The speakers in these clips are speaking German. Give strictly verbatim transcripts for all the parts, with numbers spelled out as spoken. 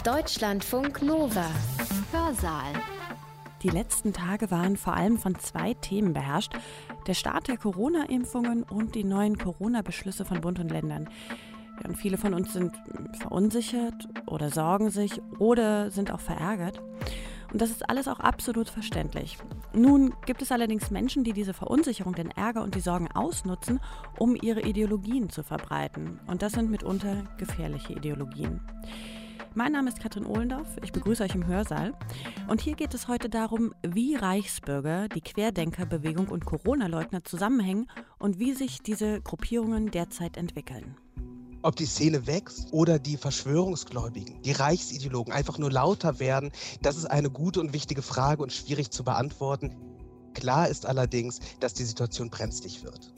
Deutschlandfunk Nova. Hörsaal. Die letzten Tage waren vor allem von zwei Themen beherrscht: der Start der Corona-Impfungen und die neuen Corona-Beschlüsse von Bund und Ländern. Ja, und viele von uns sind verunsichert oder sorgen sich oder sind auch verärgert. Und das ist alles auch absolut verständlich. Nun gibt es allerdings Menschen, die diese Verunsicherung, den Ärger und die Sorgen ausnutzen, um ihre Ideologien zu verbreiten. Und das sind mitunter gefährliche Ideologien. Mein Name ist Katrin Ohlendorf, ich begrüße euch im Hörsaal. Und hier geht es heute darum, wie Reichsbürger, die Querdenkerbewegung und Corona-Leugner zusammenhängen und wie sich diese Gruppierungen derzeit entwickeln. Ob die Szene wächst oder die Verschwörungsgläubigen, die Reichsideologen einfach nur lauter werden, das ist eine gute und wichtige Frage und schwierig zu beantworten. Klar ist allerdings, dass die Situation brenzlig wird.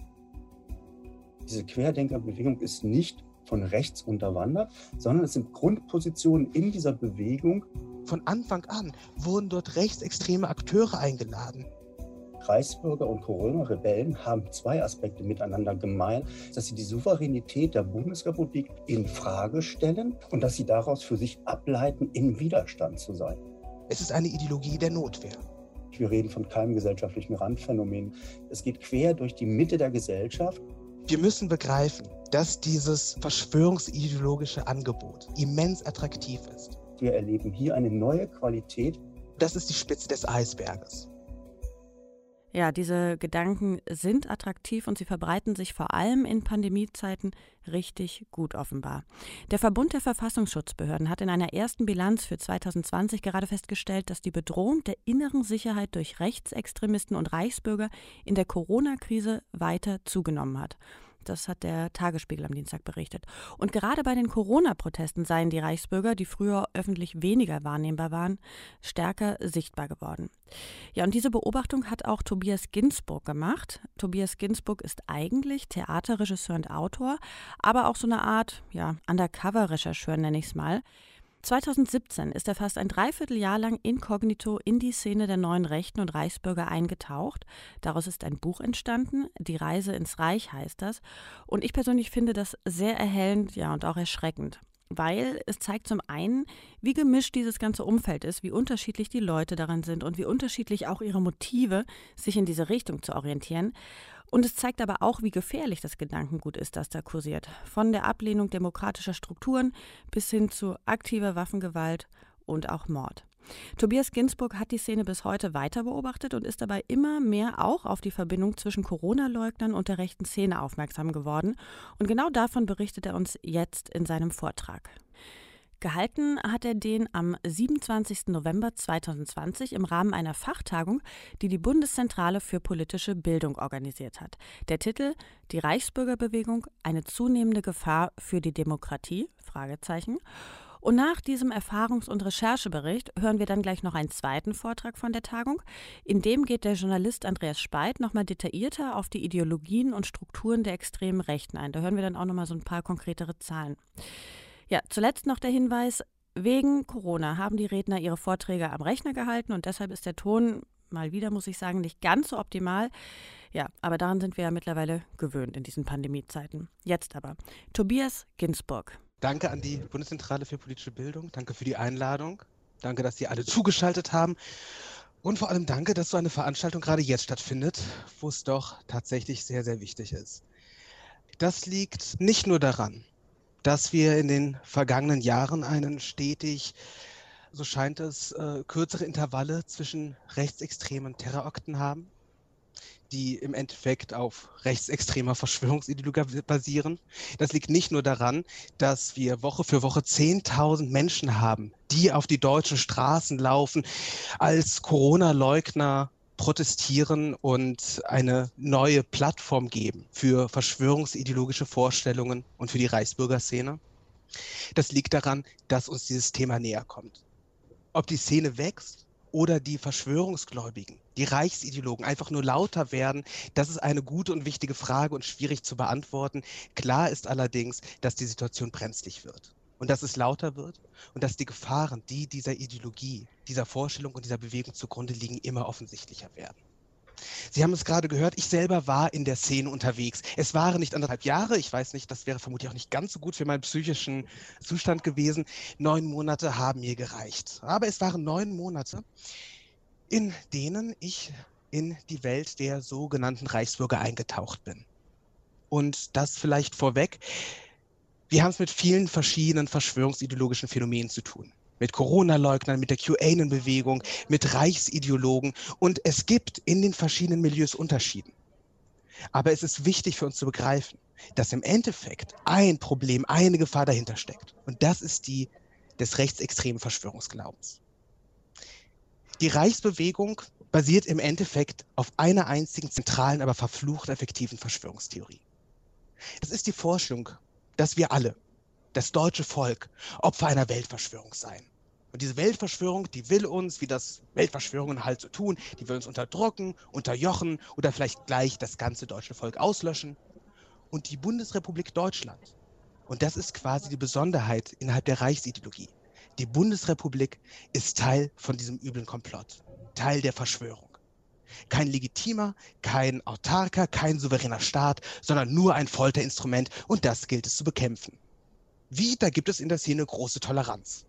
Diese Querdenkerbewegung ist nicht von rechts unterwandert, sondern es sind Grundpositionen in dieser Bewegung. Von Anfang an wurden dort rechtsextreme Akteure eingeladen. Reichsbürger und Corona-Rebellen haben zwei Aspekte miteinander gemein, dass sie die Souveränität der Bundesrepublik in Frage stellen und dass sie daraus für sich ableiten, in Widerstand zu sein. Es ist eine Ideologie der Notwehr. Wir reden von keinem gesellschaftlichen Randphänomen. Es geht quer durch die Mitte der Gesellschaft. Wir müssen begreifen, dass dieses verschwörungsideologische Angebot immens attraktiv ist. Wir erleben hier eine neue Qualität. Das ist die Spitze des Eisberges. Ja, diese Gedanken sind attraktiv und sie verbreiten sich vor allem in Pandemiezeiten richtig gut offenbar. Der Verbund der Verfassungsschutzbehörden hat in einer ersten Bilanz für zwanzig zwanzig gerade festgestellt, dass die Bedrohung der inneren Sicherheit durch Rechtsextremisten und Reichsbürger in der Corona-Krise weiter zugenommen hat. Das hat der Tagesspiegel am Dienstag berichtet. Und gerade bei den Corona-Protesten seien die Reichsbürger, die früher öffentlich weniger wahrnehmbar waren, stärker sichtbar geworden. Ja, und diese Beobachtung hat auch Tobias Ginsburg gemacht. Tobias Ginsburg ist eigentlich Theaterregisseur und Autor, aber auch so eine Art, ja, Undercover-Rechercheur, nenne ich es mal. zwanzig siebzehn ist er fast ein Dreivierteljahr lang inkognito in die Szene der neuen Rechten und Reichsbürger eingetaucht. Daraus ist ein Buch entstanden, Die Reise ins Reich heißt das. Und ich persönlich finde das sehr erhellend, ja, und auch erschreckend. Weil es zeigt zum einen, wie gemischt dieses ganze Umfeld ist, wie unterschiedlich die Leute daran sind und wie unterschiedlich auch ihre Motive, sich in diese Richtung zu orientieren. Und es zeigt aber auch, wie gefährlich das Gedankengut ist, das da kursiert. Von der Ablehnung demokratischer Strukturen bis hin zu aktiver Waffengewalt und auch Mord. Tobias Ginsburg hat die Szene bis heute weiter beobachtet und ist dabei immer mehr auch auf die Verbindung zwischen Corona-Leugnern und der rechten Szene aufmerksam geworden. Und genau davon berichtet er uns jetzt in seinem Vortrag. Gehalten hat er den am siebenundzwanzigsten November zweitausendzwanzig im Rahmen einer Fachtagung, die die Bundeszentrale für politische Bildung organisiert hat. Der Titel: Die Reichsbürgerbewegung, eine zunehmende Gefahr für die Demokratie? Fragezeichen. Und nach diesem Erfahrungs- und Recherchebericht hören wir dann gleich noch einen zweiten Vortrag von der Tagung. In dem geht der Journalist Andreas Speit nochmal detaillierter auf die Ideologien und Strukturen der extremen Rechten ein. Da hören wir dann auch nochmal so ein paar konkretere Zahlen. Ja, zuletzt noch der Hinweis: Wegen Corona haben die Redner ihre Vorträge am Rechner gehalten und deshalb ist der Ton, mal wieder muss ich sagen, nicht ganz so optimal. Ja, aber daran sind wir ja mittlerweile gewöhnt in diesen Pandemiezeiten. Jetzt aber Tobias Ginsburg. Danke an die Bundeszentrale für politische Bildung. Danke für die Einladung. Danke, dass Sie alle zugeschaltet haben. Und vor allem danke, dass so eine Veranstaltung gerade jetzt stattfindet, wo es doch tatsächlich sehr, sehr wichtig ist. Das liegt nicht nur daran, dass wir in den vergangenen Jahren einen stetig, so scheint es, äh, kürzere Intervalle zwischen rechtsextremen Terrorakten haben, die im Endeffekt auf rechtsextremer Verschwörungsideologie basieren. Das liegt nicht nur daran, dass wir Woche für Woche zehntausend Menschen haben, die auf die deutschen Straßen laufen, als Corona-Leugner protestieren und eine neue Plattform geben für verschwörungsideologische Vorstellungen und für die Reichsbürgerszene. Das liegt daran, dass uns dieses Thema näher kommt. Ob die Szene wächst oder die Verschwörungsgläubigen, die Reichsideologen einfach nur lauter werden, das ist eine gute und wichtige Frage und schwierig zu beantworten. Klar ist allerdings, dass die Situation brenzlig wird. Und dass es lauter wird und dass die Gefahren, die dieser Ideologie, dieser Vorstellung und dieser Bewegung zugrunde liegen, immer offensichtlicher werden. Sie haben es gerade gehört, ich selber war in der Szene unterwegs. Es waren nicht anderthalb Jahre, ich weiß nicht, das wäre vermutlich auch nicht ganz so gut für meinen psychischen Zustand gewesen. Neun Monate haben mir gereicht. Aber es waren neun Monate, in denen ich in die Welt der sogenannten Reichsbürger eingetaucht bin. Und das vielleicht vorweg, wir haben es mit vielen verschiedenen verschwörungsideologischen Phänomenen zu tun. Mit Corona-Leugnern, mit der QAnon-Bewegung, mit Reichsideologen. Und es gibt in den verschiedenen Milieus Unterschiede. Aber es ist wichtig für uns zu begreifen, dass im Endeffekt ein Problem, eine Gefahr dahinter steckt. Und das ist die des rechtsextremen Verschwörungsglaubens. Die Reichsbewegung basiert im Endeffekt auf einer einzigen zentralen, aber verflucht effektiven Verschwörungstheorie. Das ist die Vorstellung, dass wir alle, das deutsche Volk, Opfer einer Weltverschwörung seien. Und diese Weltverschwörung, die will uns, wie das Weltverschwörungen halt so tun, die will uns unterdrücken, unterjochen oder vielleicht gleich das ganze deutsche Volk auslöschen. Und die Bundesrepublik Deutschland, und das ist quasi die Besonderheit innerhalb der Reichsideologie, die Bundesrepublik ist Teil von diesem üblen Komplott, Teil der Verschwörung. Kein legitimer, kein autarker, kein souveräner Staat, sondern nur ein Folterinstrument, und das gilt es zu bekämpfen. Wie? Da gibt es in der Szene große Toleranz.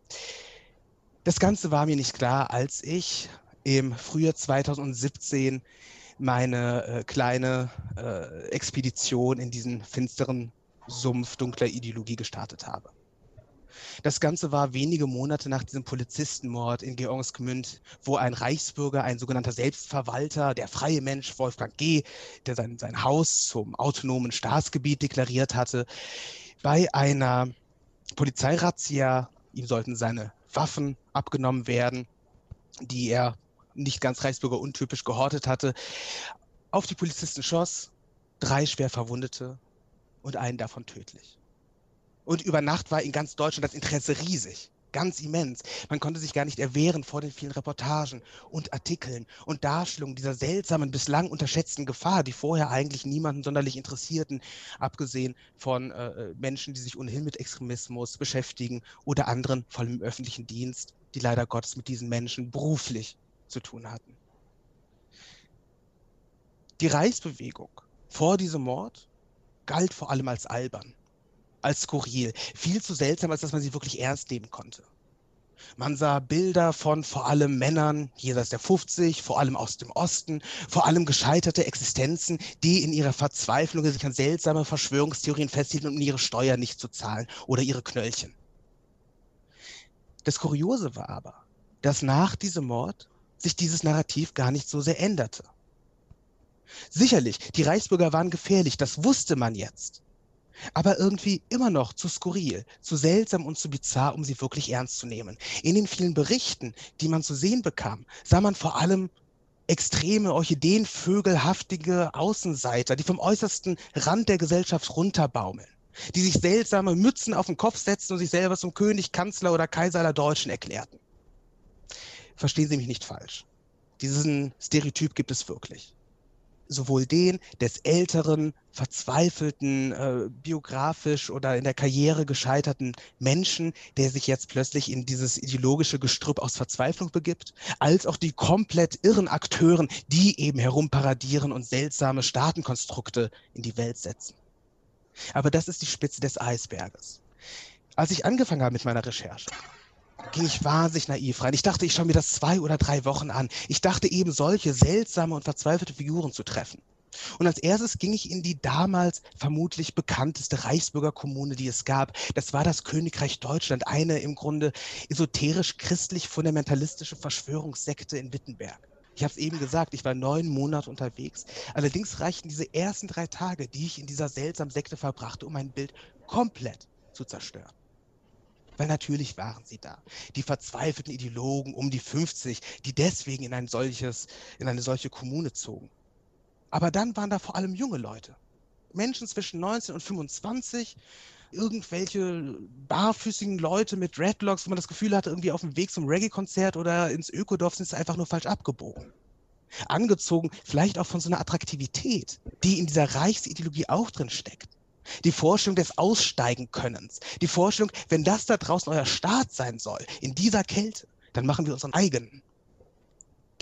Das Ganze war mir nicht klar, als ich im Frühjahr zweitausendsiebzehn meine äh, kleine äh, Expedition in diesen finsteren Sumpf dunkler Ideologie gestartet habe. Das Ganze war wenige Monate nach diesem Polizistenmord in Georgensgmünd, wo ein Reichsbürger, ein sogenannter Selbstverwalter, der freie Mensch Wolfgang G., der sein, sein Haus zum autonomen Staatsgebiet deklariert hatte, bei einer Polizeirazzia, ihm sollten seine Waffen abgenommen werden, die er nicht ganz Reichsbürger untypisch gehortet hatte, auf die Polizisten schoss, drei schwer Verwundete und einen davon tödlich. Und über Nacht war in ganz Deutschland das Interesse riesig, ganz immens. Man konnte sich gar nicht erwehren vor den vielen Reportagen und Artikeln und Darstellungen dieser seltsamen, bislang unterschätzten Gefahr, die vorher eigentlich niemanden sonderlich interessierten, abgesehen von äh, Menschen, die sich ohnehin mit Extremismus beschäftigen oder anderen, vor allem im öffentlichen Dienst, die leider Gottes mit diesen Menschen beruflich zu tun hatten. Die Reichsbewegung vor diesem Mord galt vor allem als albern, als skurril, viel zu seltsam, als dass man sie wirklich ernst nehmen konnte. Man sah Bilder von vor allem Männern, jenseits der fünfzig, vor allem aus dem Osten, vor allem gescheiterte Existenzen, die in ihrer Verzweiflung sich an seltsame Verschwörungstheorien festhielten, um ihre Steuern nicht zu zahlen oder ihre Knöllchen. Das Kuriose war aber, dass nach diesem Mord sich dieses Narrativ gar nicht so sehr änderte. Sicherlich, die Reichsbürger waren gefährlich, das wusste man jetzt. Aber irgendwie immer noch zu skurril, zu seltsam und zu bizarr, um sie wirklich ernst zu nehmen. In den vielen Berichten, die man zu sehen bekam, sah man vor allem extreme, orchideenvögelhaftige Außenseiter, die vom äußersten Rand der Gesellschaft runterbaumeln, die sich seltsame Mützen auf den Kopf setzten und sich selber zum König, Kanzler oder Kaiser aller Deutschen erklärten. Verstehen Sie mich nicht falsch. Diesen Stereotyp gibt es wirklich. Sowohl den des älteren, verzweifelten, äh, biografisch oder in der Karriere gescheiterten Menschen, der sich jetzt plötzlich in dieses ideologische Gestrüpp aus Verzweiflung begibt, als auch die komplett irren Akteuren, die eben herumparadieren und seltsame Staatenkonstrukte in die Welt setzen. Aber das ist die Spitze des Eisberges. Als ich angefangen habe mit meiner Recherche, ging ich wahnsinnig naiv rein. Ich dachte, ich schaue mir das zwei oder drei Wochen an. Ich dachte eben, solche seltsame und verzweifelte Figuren zu treffen. Und als erstes ging ich in die damals vermutlich bekannteste Reichsbürgerkommune, die es gab. Das war das Königreich Deutschland, eine im Grunde esoterisch-christlich-fundamentalistische Verschwörungssekte in Wittenberg. Ich habe es eben gesagt, ich war neun Monate unterwegs. Allerdings reichten diese ersten drei Tage, die ich in dieser seltsamen Sekte verbrachte, um mein Bild komplett zu zerstören. Weil natürlich waren sie da. Die verzweifelten Ideologen um die fünfzig, die deswegen in ein solches, in eine solche Kommune zogen. Aber dann waren da vor allem junge Leute. Menschen zwischen neunzehn und fünfundzwanzig, irgendwelche barfüßigen Leute mit Dreadlocks, wo man das Gefühl hatte, irgendwie auf dem Weg zum Reggae-Konzert oder ins Ökodorf sind sie einfach nur falsch abgebogen. Angezogen vielleicht auch von so einer Attraktivität, die in dieser Reichsideologie auch drin steckt. Die Vorstellung des Aussteigen-Könnens. Die Vorstellung, wenn das da draußen euer Staat sein soll, in dieser Kälte, dann machen wir unseren eigenen.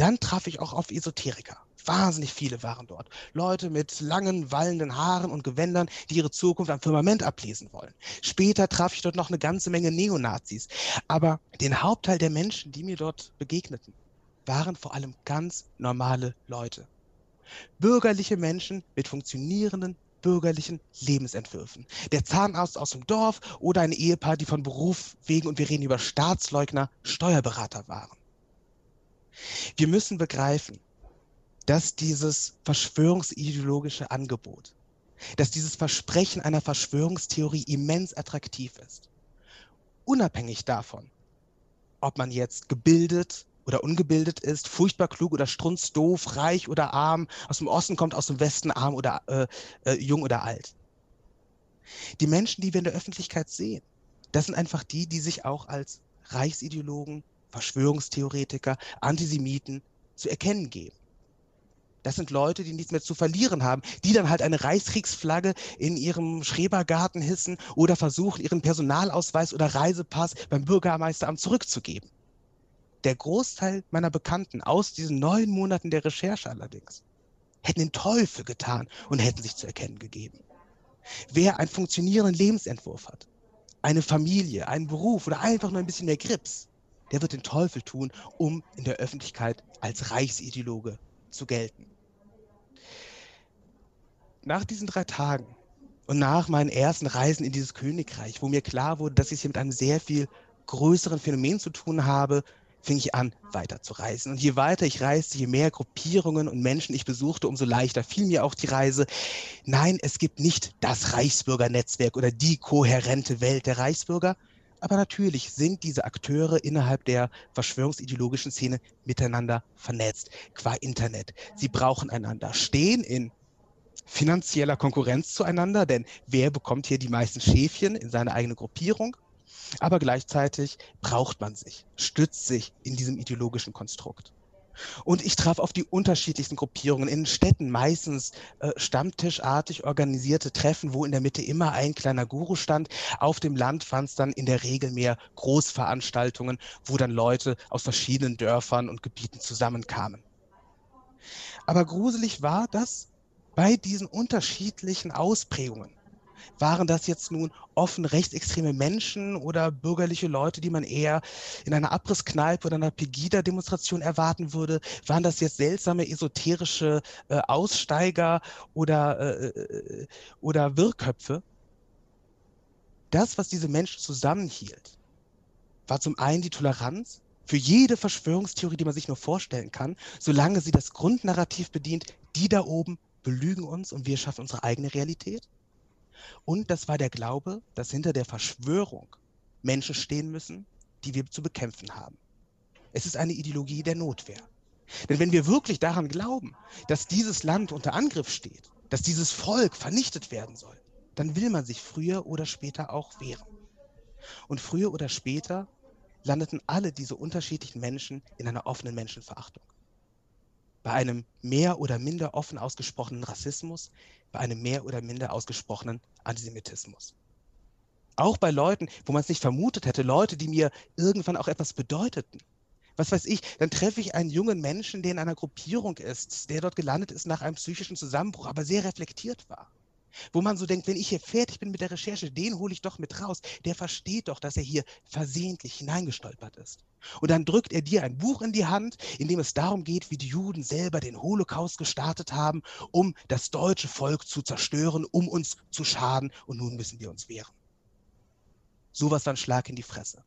Dann traf ich auch auf Esoteriker. Wahnsinnig viele waren dort. Leute mit langen, wallenden Haaren und Gewändern, die ihre Zukunft am Firmament ablesen wollen. Später traf ich dort noch eine ganze Menge Neonazis. Aber den Hauptteil der Menschen, die mir dort begegneten, waren vor allem ganz normale Leute. Bürgerliche Menschen mit funktionierenden bürgerlichen Lebensentwürfen. Der Zahnarzt aus dem Dorf oder ein Ehepaar, die von Beruf wegen, und wir reden über Staatsleugner, Steuerberater waren. Wir müssen begreifen, dass dieses verschwörungsideologische Angebot, dass dieses Versprechen einer Verschwörungstheorie immens attraktiv ist. Unabhängig davon, ob man jetzt gebildet oder ungebildet ist, furchtbar klug oder strunzdoof, reich oder arm, aus dem Osten kommt, aus dem Westen arm oder äh, äh, jung oder alt. Die Menschen, die wir in der Öffentlichkeit sehen, das sind einfach die, die sich auch als Reichsideologen, Verschwörungstheoretiker, Antisemiten zu erkennen geben. Das sind Leute, die nichts mehr zu verlieren haben, die dann halt eine Reichskriegsflagge in ihrem Schrebergarten hissen oder versuchen, ihren Personalausweis oder Reisepass beim Bürgermeisteramt zurückzugeben. Der Großteil meiner Bekannten aus diesen neun Monaten der Recherche allerdings hätten den Teufel getan und hätten sich zu erkennen gegeben. Wer einen funktionierenden Lebensentwurf hat, eine Familie, einen Beruf oder einfach nur ein bisschen mehr Grips, der wird den Teufel tun, um in der Öffentlichkeit als Reichsideologe zu gelten. Nach diesen drei Tagen und nach meinen ersten Reisen in dieses Königreich, wo mir klar wurde, dass ich es hier mit einem sehr viel größeren Phänomen zu tun habe, fing ich an, weiter zu reisen. Und je weiter ich reiste, je mehr Gruppierungen und Menschen ich besuchte, umso leichter fiel mir auch die Reise. Nein, es gibt nicht das Reichsbürgernetzwerk oder die kohärente Welt der Reichsbürger. Aber natürlich sind diese Akteure innerhalb der verschwörungsideologischen Szene miteinander vernetzt, qua Internet. Sie brauchen einander, stehen in finanzieller Konkurrenz zueinander, denn wer bekommt hier die meisten Schäfchen in seine eigene Gruppierung? Aber gleichzeitig braucht man sich, stützt sich in diesem ideologischen Konstrukt. Und ich traf auf die unterschiedlichsten Gruppierungen in Städten, meistens äh, stammtischartig organisierte Treffen, wo in der Mitte immer ein kleiner Guru stand. Auf dem Land fand es dann in der Regel mehr Großveranstaltungen, wo dann Leute aus verschiedenen Dörfern und Gebieten zusammenkamen. Aber gruselig war, dass bei diesen unterschiedlichen Ausprägungen waren das jetzt nun offen rechtsextreme Menschen oder bürgerliche Leute, die man eher in einer Abrisskneipe oder einer Pegida-Demonstration erwarten würde? Waren das jetzt seltsame esoterische äh, Aussteiger oder, äh, oder Wirrköpfe? Das, was diese Menschen zusammenhielt, war zum einen die Toleranz für jede Verschwörungstheorie, die man sich nur vorstellen kann, solange sie das Grundnarrativ bedient, die da oben belügen uns und wir schaffen unsere eigene Realität. Und das war der Glaube, dass hinter der Verschwörung Menschen stehen müssen, die wir zu bekämpfen haben. Es ist eine Ideologie der Notwehr. Denn wenn wir wirklich daran glauben, dass dieses Land unter Angriff steht, dass dieses Volk vernichtet werden soll, dann will man sich früher oder später auch wehren. Und früher oder später landeten alle diese unterschiedlichen Menschen in einer offenen Menschenverachtung. Bei einem mehr oder minder offen ausgesprochenen Rassismus, bei einem mehr oder minder ausgesprochenen Antisemitismus. Auch bei Leuten, wo man es nicht vermutet hätte, Leute, die mir irgendwann auch etwas bedeuteten. Was weiß ich, dann treffe ich einen jungen Menschen, der in einer Gruppierung ist, der dort gelandet ist nach einem psychischen Zusammenbruch, aber sehr reflektiert war. Wo man so denkt, wenn ich hier fertig bin mit der Recherche, den hole ich doch mit raus. Der versteht doch, dass er hier versehentlich hineingestolpert ist. Und dann drückt er dir ein Buch in die Hand, in dem es darum geht, wie die Juden selber den Holocaust gestartet haben, um das deutsche Volk zu zerstören, um uns zu schaden, und nun müssen wir uns wehren. Sowas war ein Schlag in die Fresse.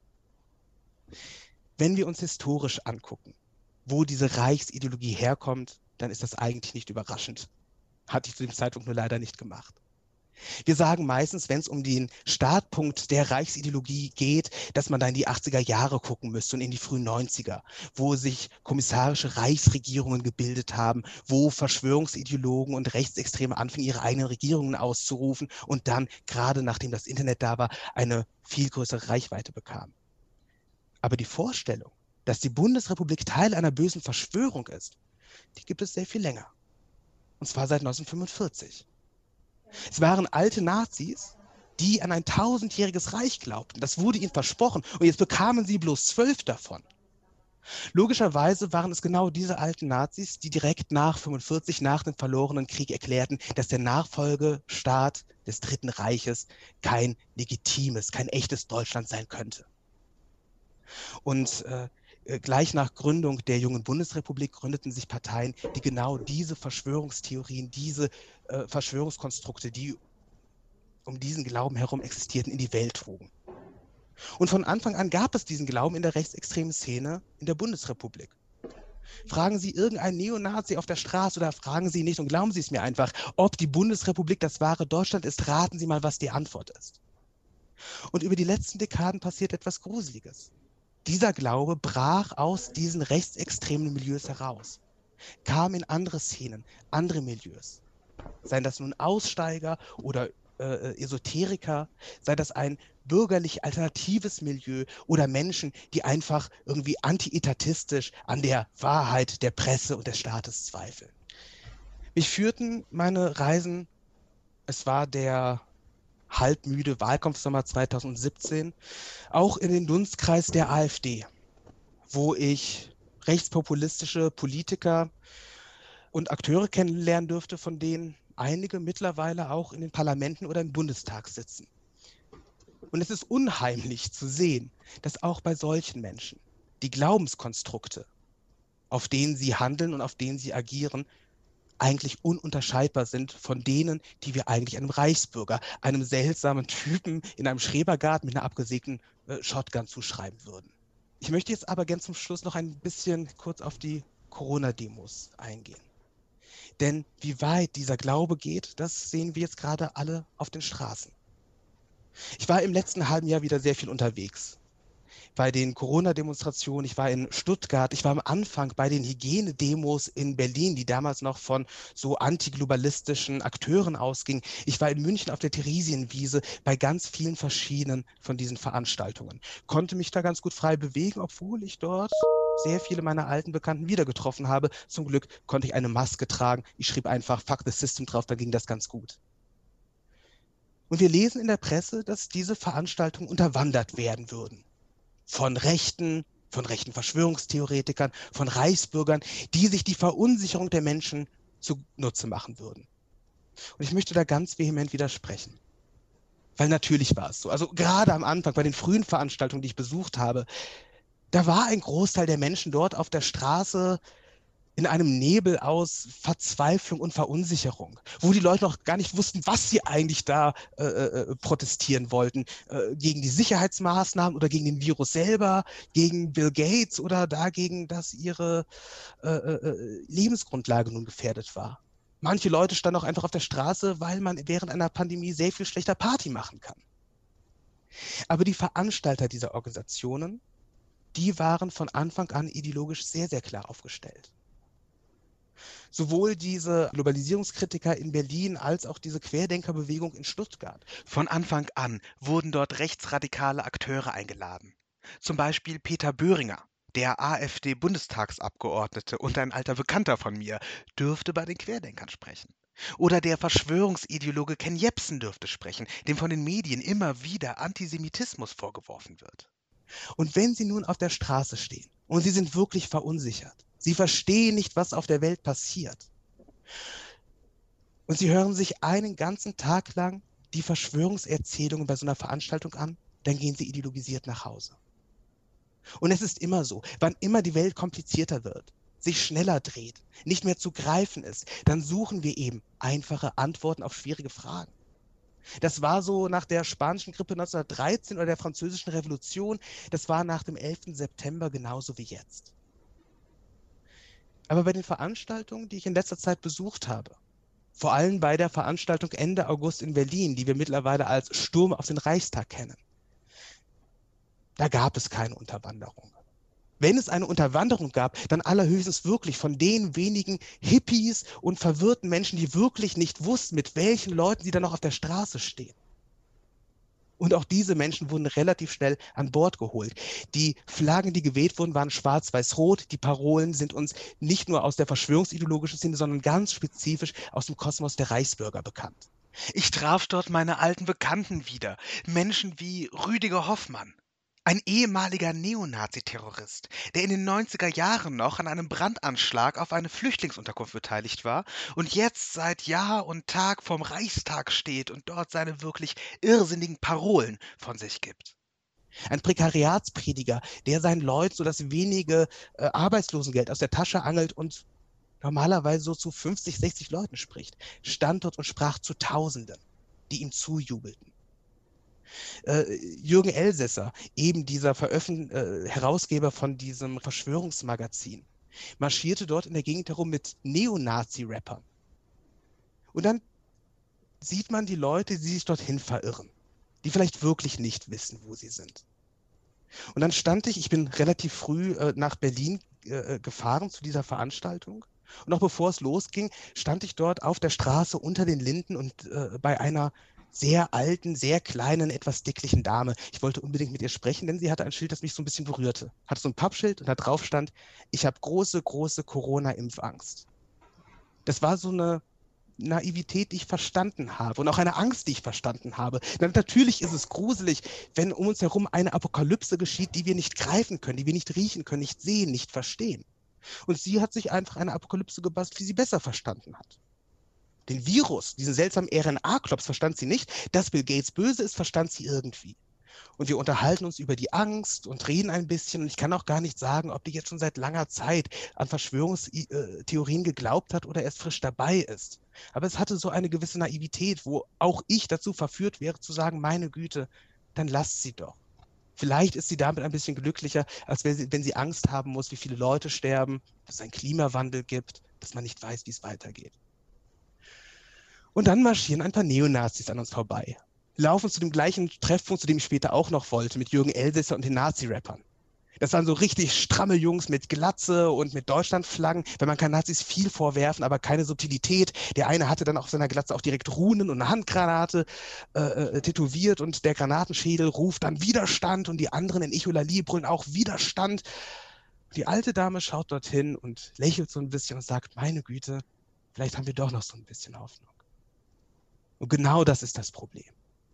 Wenn wir uns historisch angucken, wo diese Reichsideologie herkommt, dann ist das eigentlich nicht überraschend. Hatte ich zu dem Zeitpunkt nur leider nicht gemacht. Wir sagen meistens, wenn es um den Startpunkt der Reichsideologie geht, dass man da in die achtziger Jahre gucken müsste und in die frühen neunziger, wo sich kommissarische Reichsregierungen gebildet haben, wo Verschwörungsideologen und Rechtsextreme anfingen, ihre eigenen Regierungen auszurufen und dann, gerade nachdem das Internet da war, eine viel größere Reichweite bekamen. Aber die Vorstellung, dass die Bundesrepublik Teil einer bösen Verschwörung ist, die gibt es sehr viel länger. Und zwar seit neunzehnhundertfünfundvierzig. Es waren alte Nazis, die an ein tausendjähriges Reich glaubten. Das wurde ihnen versprochen und jetzt bekamen sie bloß zwölf davon. Logischerweise waren es genau diese alten Nazis, die direkt nach fünfundvierzig, nach dem verlorenen Krieg erklärten, dass der Nachfolgestaat des Dritten Reiches kein legitimes, kein echtes Deutschland sein könnte. Und äh, gleich nach Gründung der jungen Bundesrepublik gründeten sich Parteien, die genau diese Verschwörungstheorien, diese äh, Verschwörungskonstrukte, die um diesen Glauben herum existierten, in die Welt trugen. Und von Anfang an gab es diesen Glauben in der rechtsextremen Szene in der Bundesrepublik. Fragen Sie irgendeinen Neonazi auf der Straße oder fragen Sie nicht und glauben Sie es mir einfach, ob die Bundesrepublik das wahre Deutschland ist, raten Sie mal, was die Antwort ist. Und über die letzten Dekaden passiert etwas Gruseliges. Dieser Glaube brach aus diesen rechtsextremen Milieus heraus, kam in andere Szenen, andere Milieus. Seien das nun Aussteiger oder äh, Esoteriker, sei das ein bürgerlich alternatives Milieu oder Menschen, die einfach irgendwie anti-etatistisch an der Wahrheit der Presse und des Staates zweifeln. Mich führten meine Reisen, es war der halbmüde Wahlkampfsommer zweitausendsiebzehn, auch in den Dunstkreis der AfD, wo ich rechtspopulistische Politiker und Akteure kennenlernen dürfte, von denen einige mittlerweile auch in den Parlamenten oder im Bundestag sitzen. Und es ist unheimlich zu sehen, dass auch bei solchen Menschen die Glaubenskonstrukte, auf denen sie handeln und auf denen sie agieren, eigentlich ununterscheidbar sind von denen, die wir eigentlich einem Reichsbürger, einem seltsamen Typen in einem Schrebergarten mit einer abgesägten äh, Shotgun zuschreiben würden. Ich möchte jetzt aber gern zum Schluss noch ein bisschen kurz auf die Corona-Demos eingehen. Denn wie weit dieser Glaube geht, das sehen wir jetzt gerade alle auf den Straßen. Ich war im letzten halben Jahr wieder sehr viel unterwegs. Bei den Corona-Demonstrationen, ich war in Stuttgart, ich war am Anfang bei den Hygienedemos in Berlin, die damals noch von so antiglobalistischen Akteuren ausgingen. Ich war in München auf der Theresienwiese bei ganz vielen verschiedenen von diesen Veranstaltungen. Konnte mich da ganz gut frei bewegen, obwohl ich dort sehr viele meiner alten Bekannten wieder getroffen habe. Zum Glück konnte ich eine Maske tragen. Ich schrieb einfach Fuck the System drauf, dann ging das ganz gut. Und wir lesen in der Presse, dass diese Veranstaltungen unterwandert werden würden. Von Rechten, von rechten Verschwörungstheoretikern, von Reichsbürgern, die sich die Verunsicherung der Menschen zunutze machen würden. Und ich möchte da ganz vehement widersprechen. Weil natürlich war es so. Also gerade am Anfang, bei den frühen Veranstaltungen, die ich besucht habe, da war ein Großteil der Menschen dort auf der Straße in einem Nebel aus Verzweiflung und Verunsicherung, wo die Leute noch gar nicht wussten, was sie eigentlich da äh, äh, protestieren wollten, äh, gegen die Sicherheitsmaßnahmen oder gegen den Virus selber, gegen Bill Gates oder dagegen, dass ihre äh, äh, Lebensgrundlage nun gefährdet war. Manche Leute standen auch einfach auf der Straße, weil man während einer Pandemie sehr viel schlechter Party machen kann. Aber die Veranstalter dieser Organisationen, die waren von Anfang an ideologisch sehr, sehr klar aufgestellt. Sowohl diese Globalisierungskritiker in Berlin als auch diese Querdenkerbewegung in Stuttgart. Von Anfang an wurden dort rechtsradikale Akteure eingeladen. Zum Beispiel Peter Böhringer, der AfD-Bundestagsabgeordnete und ein alter Bekannter von mir, dürfte bei den Querdenkern sprechen. Oder der Verschwörungsideologe Ken Jebsen dürfte sprechen, dem von den Medien immer wieder Antisemitismus vorgeworfen wird. Und wenn Sie nun auf der Straße stehen und Sie sind wirklich verunsichert, Sie verstehen nicht, was auf der Welt passiert. Und Sie hören sich einen ganzen Tag lang die Verschwörungserzählungen bei so einer Veranstaltung an, dann gehen Sie ideologisiert nach Hause. Und es ist immer so, wann immer die Welt komplizierter wird, sich schneller dreht, nicht mehr zu greifen ist, dann suchen wir eben einfache Antworten auf schwierige Fragen. Das war so nach der spanischen Grippe neunzehnhundertdreizehn oder der französischen Revolution, das war nach dem elften September genauso wie jetzt. Aber bei den Veranstaltungen, die ich in letzter Zeit besucht habe, vor allem bei der Veranstaltung Ende August in Berlin, die wir mittlerweile als Sturm auf den Reichstag kennen, da gab es keine Unterwanderung. Wenn es eine Unterwanderung gab, dann allerhöchstens wirklich von den wenigen Hippies und verwirrten Menschen, die wirklich nicht wussten, mit welchen Leuten sie dann noch auf der Straße stehen. Und auch diese Menschen wurden relativ schnell an Bord geholt. Die Flaggen, die geweht wurden, waren schwarz-weiß-rot. Die Parolen sind uns nicht nur aus der verschwörungsideologischen Szene, sondern ganz spezifisch aus dem Kosmos der Reichsbürger bekannt. Ich traf dort meine alten Bekannten wieder. Menschen wie Rüdiger Hoffmann, Ein ehemaliger Neonazi-Terrorist, der in den neunziger Jahren noch an einem Brandanschlag auf eine Flüchtlingsunterkunft beteiligt war und jetzt seit Jahr und Tag vorm Reichstag steht und dort seine wirklich irrsinnigen Parolen von sich gibt. Ein Prekariatsprediger, der seinen Leuten so das wenige äh, Arbeitslosengeld aus der Tasche angelt und normalerweise so zu fünfzig, sechzig Leuten spricht, stand dort und sprach zu Tausenden, die ihm zujubelten. Äh, Jürgen Elsässer, eben dieser Veröffent äh, Herausgeber von diesem Verschwörungsmagazin, marschierte dort in der Gegend herum mit Neonazi-Rappern. Und dann sieht man die Leute, die sich dorthin verirren, die vielleicht wirklich nicht wissen, wo sie sind. Und dann stand ich, ich bin relativ früh äh, nach Berlin äh, gefahren zu dieser Veranstaltung. Und noch bevor es losging, stand ich dort auf der Straße unter den Linden und äh, bei einer sehr alten, sehr kleinen, etwas dicklichen Dame. Ich wollte unbedingt mit ihr sprechen, denn sie hatte ein Schild, das mich so ein bisschen berührte. Hatte so ein Pappschild und da drauf stand, ich habe große, große Corona-Impfangst. Das war so eine Naivität, die ich verstanden habe und auch eine Angst, die ich verstanden habe. Denn natürlich ist es gruselig, wenn um uns herum eine Apokalypse geschieht, die wir nicht greifen können, die wir nicht riechen können, nicht sehen, nicht verstehen. Und sie hat sich einfach eine Apokalypse gebastelt, wie sie besser verstanden hat. Den Virus, diesen seltsamen R N A-Klops verstand sie nicht. Dass Bill Gates böse ist, verstand sie irgendwie. Und wir unterhalten uns über die Angst und reden ein bisschen. Und ich kann auch gar nicht sagen, ob die jetzt schon seit langer Zeit an Verschwörungstheorien geglaubt hat oder erst frisch dabei ist. Aber es hatte so eine gewisse Naivität, wo auch ich dazu verführt wäre, zu sagen, meine Güte, dann lasst sie doch. Vielleicht ist sie damit ein bisschen glücklicher, als wenn sie, wenn sie Angst haben muss, wie viele Leute sterben, dass es einen Klimawandel gibt, dass man nicht weiß, wie es weitergeht. Und dann marschieren ein paar Neonazis an uns vorbei. Laufen zu dem gleichen Treffpunkt, zu dem ich später auch noch wollte, mit Jürgen Elsässer und den Nazi-Rappern. Das waren so richtig stramme Jungs mit Glatze und mit Deutschlandflaggen, weil man kann Nazis viel vorwerfen, aber keine Subtilität. Der eine hatte dann auf seiner Glatze auch direkt Runen und eine Handgranate äh, äh, tätowiert und der Granatenschädel ruft dann Widerstand und die anderen in Echolali brüllen auch Widerstand. Die alte Dame schaut dorthin und lächelt so ein bisschen und sagt, meine Güte, vielleicht haben wir doch noch so ein bisschen Hoffnung. Und genau das ist das Problem.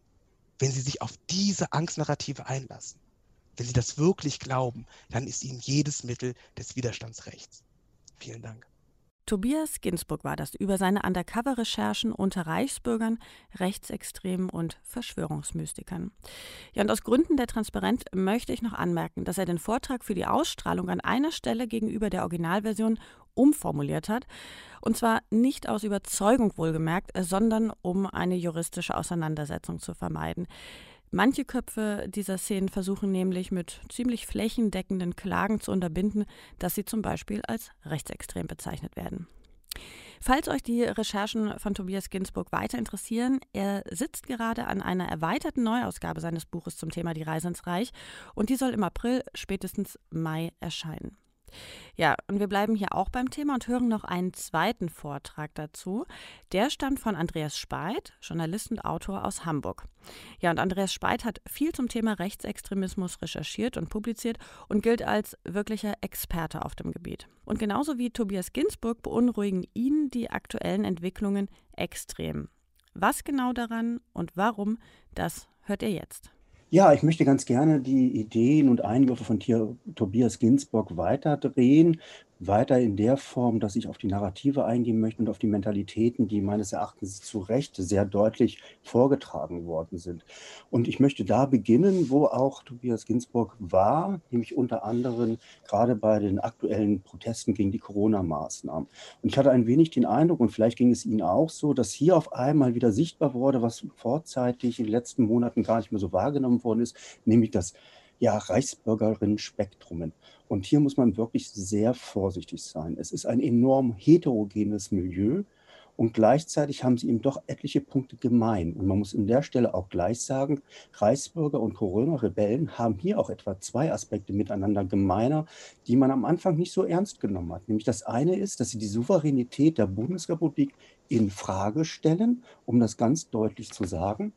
Wenn Sie sich auf diese Angstnarrative einlassen, wenn Sie das wirklich glauben, dann ist Ihnen jedes Mittel des Widerstands rechts. Vielen Dank. Tobias Ginsburg war das über seine Undercover-Recherchen unter Reichsbürgern, Rechtsextremen und Verschwörungsmystikern. Ja, und aus Gründen der Transparenz möchte ich noch anmerken, dass er den Vortrag für die Ausstrahlung an einer Stelle gegenüber der Originalversion umformuliert hat. Und zwar nicht aus Überzeugung wohlgemerkt, sondern um eine juristische Auseinandersetzung zu vermeiden. Manche Köpfe dieser Szenen versuchen nämlich mit ziemlich flächendeckenden Klagen zu unterbinden, dass sie zum Beispiel als rechtsextrem bezeichnet werden. Falls euch die Recherchen von Tobias Ginsburg weiter interessieren, er sitzt gerade an einer erweiterten Neuausgabe seines Buches zum Thema Die Reise ins Reich und die soll im April, spätestens Mai erscheinen. Ja, und wir bleiben hier auch beim Thema und hören noch einen zweiten Vortrag dazu. Der stammt von Andreas Speit, Journalist und Autor aus Hamburg. Ja, und Andreas Speit hat viel zum Thema Rechtsextremismus recherchiert und publiziert und gilt als wirklicher Experte auf dem Gebiet. Und genauso wie Tobias Ginsburg beunruhigen ihn die aktuellen Entwicklungen extrem. Was genau daran und warum, das hört ihr jetzt. Ja, ich möchte ganz gerne die Ideen und Einwürfe von Tier, Tobias Ginsburg weiterdrehen, weiter in der Form, dass ich auf die Narrative eingehen möchte und auf die Mentalitäten, die meines Erachtens zu Recht sehr deutlich vorgetragen worden sind. Und ich möchte da beginnen, wo auch Tobias Ginsburg war, nämlich unter anderem gerade bei den aktuellen Protesten gegen die Corona-Maßnahmen. Und ich hatte ein wenig den Eindruck, und vielleicht ging es Ihnen auch so, dass hier auf einmal wieder sichtbar wurde, was vorzeitig in den letzten Monaten gar nicht mehr so wahrgenommen worden ist, nämlich das ja, Reichsbürgerinnen-Spektrumen. Und hier muss man wirklich sehr vorsichtig sein. Es ist ein enorm heterogenes Milieu und gleichzeitig haben sie eben doch etliche Punkte gemein. Und man muss an der Stelle auch gleich sagen, Reichsbürger und Corona-Rebellen haben hier auch etwa zwei Aspekte miteinander gemeiner, die man am Anfang nicht so ernst genommen hat. Nämlich das eine ist, dass sie die Souveränität der Bundesrepublik in Frage stellen, um das ganz deutlich zu sagen.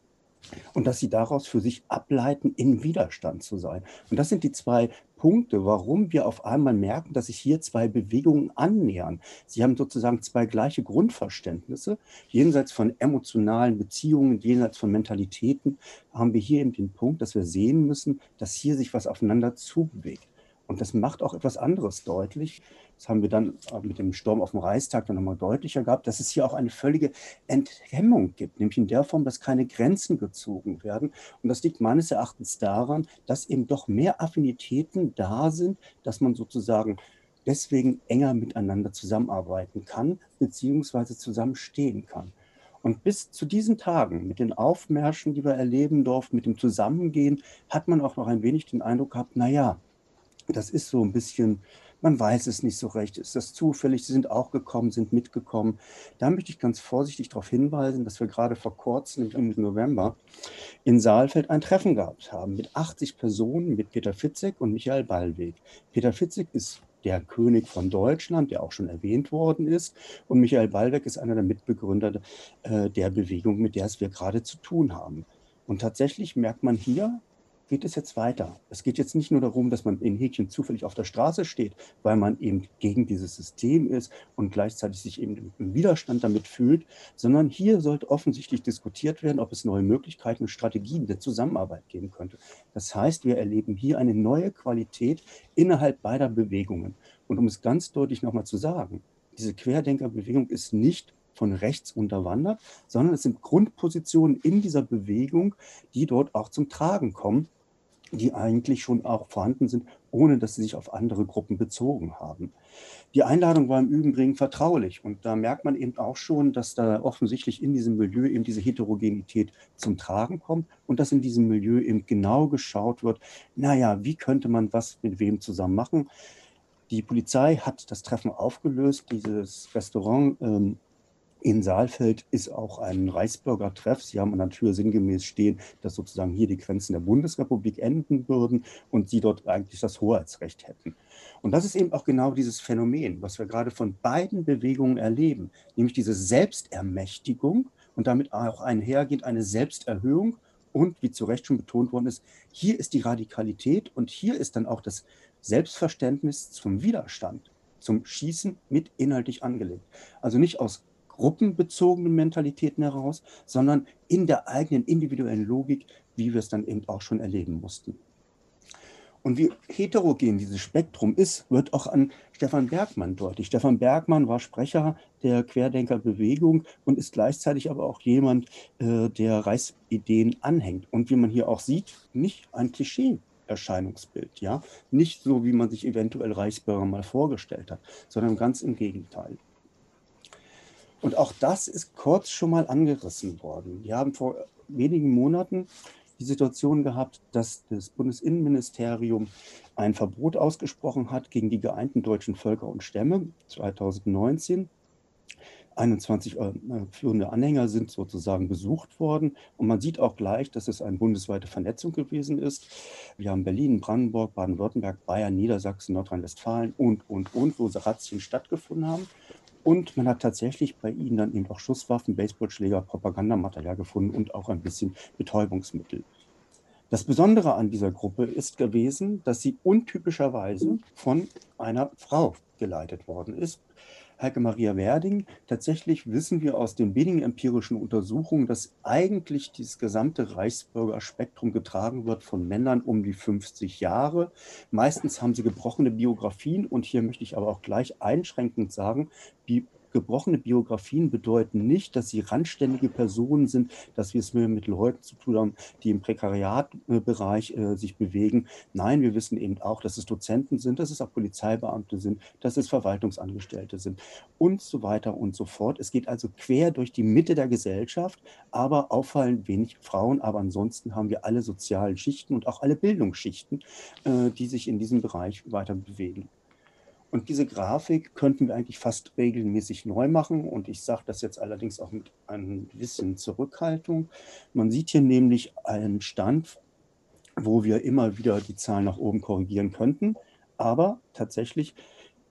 und dass sie daraus für sich ableiten, in Widerstand zu sein. Und das sind die zwei Punkte, warum wir auf einmal merken, dass sich hier zwei Bewegungen annähern. Sie haben sozusagen zwei gleiche Grundverständnisse. Jenseits von emotionalen Beziehungen, jenseits von Mentalitäten, haben wir hier eben den Punkt, dass wir sehen müssen, dass hier sich was aufeinander zubewegt. Und das macht auch etwas anderes deutlich. Das haben wir dann mit dem Sturm auf dem Reichstag dann nochmal deutlicher gehabt, dass es hier auch eine völlige Enthemmung gibt, nämlich in der Form, dass keine Grenzen gezogen werden. Und das liegt meines Erachtens daran, dass eben doch mehr Affinitäten da sind, dass man sozusagen deswegen enger miteinander zusammenarbeiten kann, beziehungsweise zusammenstehen kann. Und bis zu diesen Tagen, mit den Aufmärschen, die wir erleben durften, mit dem Zusammengehen, hat man auch noch ein wenig den Eindruck gehabt, naja, das ist so ein bisschen, man weiß es nicht so recht. Ist das zufällig? Sie sind auch gekommen, sind mitgekommen. Da möchte ich ganz vorsichtig darauf hinweisen, dass wir gerade vor kurzem, im November, in Saalfeld ein Treffen gehabt haben mit achtzig Personen, mit Peter Fitzek und Michael Ballweg. Peter Fitzek ist der König von Deutschland, der auch schon erwähnt worden ist. Und Michael Ballweg ist einer der Mitbegründer äh, der Bewegung, mit der es wir gerade zu tun haben. Und tatsächlich merkt man hier, geht es jetzt weiter. Es geht jetzt nicht nur darum, dass man in Häkchen zufällig auf der Straße steht, weil man eben gegen dieses System ist und gleichzeitig sich eben im Widerstand damit fühlt, sondern hier sollte offensichtlich diskutiert werden, ob es neue Möglichkeiten und Strategien der Zusammenarbeit geben könnte. Das heißt, wir erleben hier eine neue Qualität innerhalb beider Bewegungen. Und um es ganz deutlich nochmal zu sagen, diese Querdenkerbewegung ist nicht von rechts unterwandert, sondern es sind Grundpositionen in dieser Bewegung, die dort auch zum Tragen kommen, die eigentlich schon auch vorhanden sind, ohne dass sie sich auf andere Gruppen bezogen haben. Die Einladung war im Übrigen vertraulich und da merkt man eben auch schon, dass da offensichtlich in diesem Milieu eben diese Heterogenität zum Tragen kommt und dass in diesem Milieu eben genau geschaut wird, naja, wie könnte man was mit wem zusammen machen. Die Polizei hat das Treffen aufgelöst, dieses Restaurant ähm, in Saalfeld ist auch ein Reichsbürgertreff. Sie haben an der Tür sinngemäß stehen, dass sozusagen hier die Grenzen der Bundesrepublik enden würden und sie dort eigentlich das Hoheitsrecht hätten. Und das ist eben auch genau dieses Phänomen, was wir gerade von beiden Bewegungen erleben, nämlich diese Selbstermächtigung und damit auch einhergehend eine Selbsterhöhung. Und wie zu Recht schon betont worden ist, hier ist die Radikalität und hier ist dann auch das Selbstverständnis zum Widerstand, zum Schießen mit inhaltlich angelegt. Also nicht aus gruppenbezogenen Mentalitäten heraus, sondern in der eigenen individuellen Logik, wie wir es dann eben auch schon erleben mussten. Und wie heterogen dieses Spektrum ist, wird auch an Stefan Bergmann deutlich. Stefan Bergmann war Sprecher der Querdenkerbewegung und ist gleichzeitig aber auch jemand, äh, der Reichsideen anhängt. Und wie man hier auch sieht, nicht ein Klischee-Erscheinungsbild, ja, nicht so, wie man sich eventuell Reichsbürger mal vorgestellt hat, sondern ganz im Gegenteil. Und auch das ist kurz schon mal angerissen worden. Wir haben vor wenigen Monaten die Situation gehabt, dass das Bundesinnenministerium ein Verbot ausgesprochen hat gegen die geeinten deutschen Völker und Stämme zweitausendneunzehn. einundzwanzig äh, führende Anhänger sind sozusagen besucht worden. Und man sieht auch gleich, dass es eine bundesweite Vernetzung gewesen ist. Wir haben Berlin, Brandenburg, Baden-Württemberg, Bayern, Niedersachsen, Nordrhein-Westfalen und, und, und, wo Razzien stattgefunden haben. Und man hat tatsächlich bei ihnen dann eben auch Schusswaffen, Baseballschläger, Propagandamaterial gefunden und auch ein bisschen Betäubungsmittel. Das Besondere an dieser Gruppe ist gewesen, dass sie untypischerweise von einer Frau geleitet worden ist. Heike Maria Werding. Tatsächlich wissen wir aus den wenigen empirischen Untersuchungen, dass eigentlich dieses gesamte Reichsbürgerspektrum getragen wird von Männern um die fünfzig Jahre. Meistens haben sie gebrochene Biografien und hier möchte ich aber auch gleich einschränkend sagen, die gebrochene Biografien bedeuten nicht, dass sie randständige Personen sind, dass wir es mit Leuten zu tun haben, die im Prekariatbereich äh, sich bewegen. Nein, wir wissen eben auch, dass es Dozenten sind, dass es auch Polizeibeamte sind, dass es Verwaltungsangestellte sind und so weiter und so fort. Es geht also quer durch die Mitte der Gesellschaft, aber auffallend wenig Frauen. Aber ansonsten haben wir alle sozialen Schichten und auch alle Bildungsschichten, äh, die sich in diesem Bereich weiter bewegen. Und diese Grafik könnten wir eigentlich fast regelmäßig neu machen. Und ich sage das jetzt allerdings auch mit ein bisschen Zurückhaltung. Man sieht hier nämlich einen Stand, wo wir immer wieder die Zahlen nach oben korrigieren könnten. Aber tatsächlich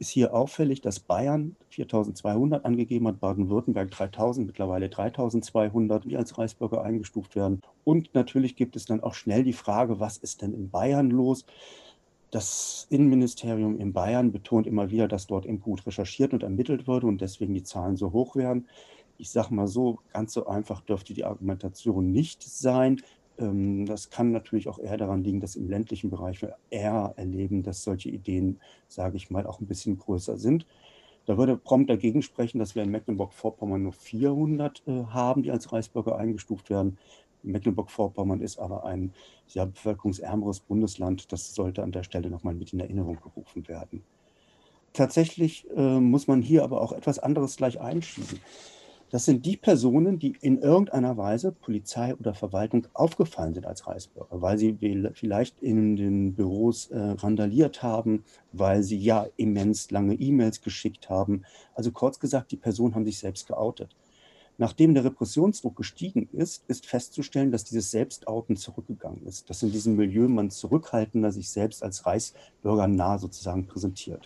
ist hier auffällig, dass Bayern viertausendzweihundert angegeben hat, Baden-Württemberg dreitausend, mittlerweile dreitausendzweihundert, die als Reichsbürger eingestuft werden. Und natürlich gibt es dann auch schnell die Frage, was ist denn in Bayern los? Das Innenministerium in Bayern betont immer wieder, dass dort eben gut recherchiert und ermittelt wurde und deswegen die Zahlen so hoch werden. Ich sage mal so, ganz so einfach dürfte die Argumentation nicht sein. Ähm, Das kann natürlich auch eher daran liegen, dass im ländlichen Bereich wir eher erleben, dass solche Ideen, sage ich mal, auch ein bisschen größer sind. Da würde prompt dagegen sprechen, dass wir in Mecklenburg-Vorpommern nur vierhundert äh, haben, die als Reichsbürger eingestuft werden. Mecklenburg-Vorpommern ist aber ein sehr bevölkerungsärmeres Bundesland. Das sollte an der Stelle nochmal mit in Erinnerung gerufen werden. Tatsächlich äh, muss man hier aber auch etwas anderes gleich einschieben. Das sind die Personen, die in irgendeiner Weise Polizei oder Verwaltung aufgefallen sind als Reichsbürger, weil sie vielleicht in den Büros äh, randaliert haben, weil sie ja immens lange E-Mails geschickt haben. Also kurz gesagt, die Personen haben sich selbst geoutet. Nachdem der Repressionsdruck gestiegen ist, ist festzustellen, dass dieses Selbstouten zurückgegangen ist, dass in diesem Milieu man zurückhaltender sich selbst als Reichsbürger nah sozusagen präsentiert.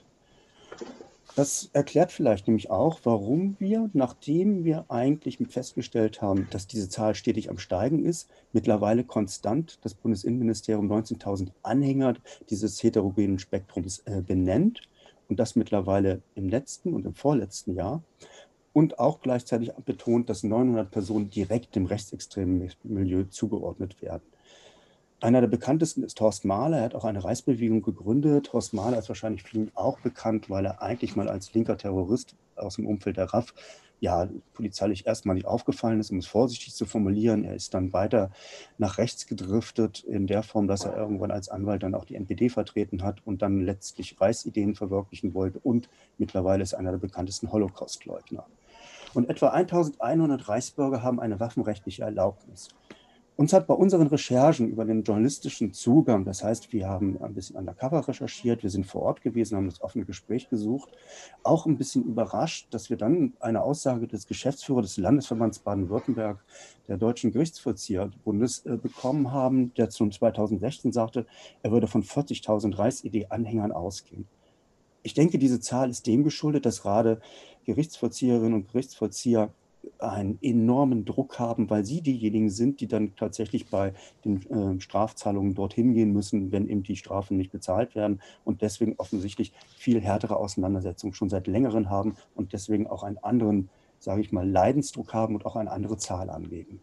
Das erklärt vielleicht nämlich auch, warum wir, nachdem wir eigentlich festgestellt haben, dass diese Zahl stetig am Steigen ist, mittlerweile konstant das Bundesinnenministerium neunzehntausend Anhänger dieses heterogenen Spektrums äh, benennt und das mittlerweile im letzten und im vorletzten Jahr. Und auch gleichzeitig betont, dass neunhundert Personen direkt dem rechtsextremen Milieu zugeordnet werden. Einer der bekanntesten ist Horst Mahler. Er hat auch eine Reichsbewegung gegründet. Horst Mahler ist wahrscheinlich vielen auch bekannt, weil er eigentlich mal als linker Terrorist aus dem Umfeld der R A F ja polizeilich erstmal nicht aufgefallen ist, um es vorsichtig zu formulieren. Er ist dann weiter nach rechts gedriftet in der Form, dass er irgendwann als Anwalt dann auch die N P D vertreten hat und dann letztlich Reichsideen verwirklichen wollte. Und mittlerweile ist er einer der bekanntesten Holocaustleugner. Und etwa eintausendeinhundert Reichsbürger haben eine waffenrechtliche Erlaubnis. Uns hat bei unseren Recherchen über den journalistischen Zugang, das heißt, wir haben ein bisschen undercover recherchiert, wir sind vor Ort gewesen, haben das offene Gespräch gesucht, auch ein bisschen überrascht, dass wir dann eine Aussage des Geschäftsführers des Landesverbands Baden-Württemberg, der Deutschen Gerichtsvollzieherbundes, äh, bekommen haben, der zum zweitausendsechzehn sagte, er würde von vierzigtausend Reichsidee-Anhängern ausgehen. Ich denke, diese Zahl ist dem geschuldet, dass gerade Gerichtsvollzieherinnen und Gerichtsvollzieher einen enormen Druck haben, weil sie diejenigen sind, die dann tatsächlich bei den äh, Strafzahlungen dorthin gehen müssen, wenn eben die Strafen nicht bezahlt werden und deswegen offensichtlich viel härtere Auseinandersetzungen schon seit längerem haben und deswegen auch einen anderen, sage ich mal, Leidensdruck haben und auch eine andere Zahl angeben.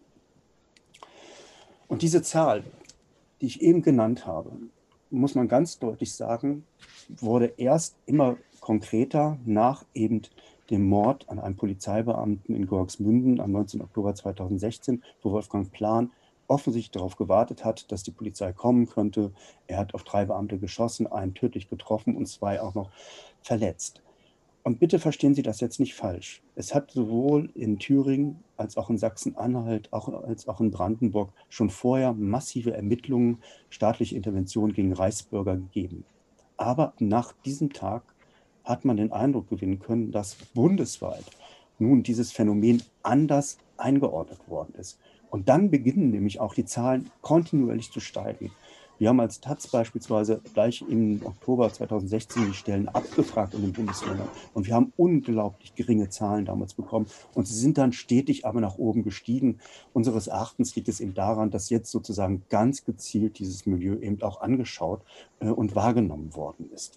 Und diese Zahl, die ich eben genannt habe, muss man ganz deutlich sagen, wurde erst immer konkreter nach eben dem Mord an einem Polizeibeamten in Gorxmünden am neunzehnten Oktober zweitausendsechzehn, wo Wolfgang Plan offensichtlich darauf gewartet hat, dass die Polizei kommen könnte. Er hat auf drei Beamte geschossen, einen tödlich getroffen und zwei auch noch verletzt. Und bitte verstehen Sie das jetzt nicht falsch. Es hat sowohl in Thüringen als auch in Sachsen-Anhalt, auch, als auch in Brandenburg schon vorher massive Ermittlungen, staatliche Interventionen gegen Reichsbürger gegeben. Aber nach diesem Tag hat man den Eindruck gewinnen können, dass bundesweit nun dieses Phänomen anders eingeordnet worden ist. Und dann beginnen nämlich auch die Zahlen kontinuierlich zu steigen. Wir haben als Taz beispielsweise gleich im Oktober zweitausendsechzehn die Stellen abgefragt in den Bundesländern und wir haben unglaublich geringe Zahlen damals bekommen und sie sind dann stetig aber nach oben gestiegen. Unseres Erachtens liegt es eben daran, dass jetzt sozusagen ganz gezielt dieses Milieu eben auch angeschaut äh, und wahrgenommen worden ist.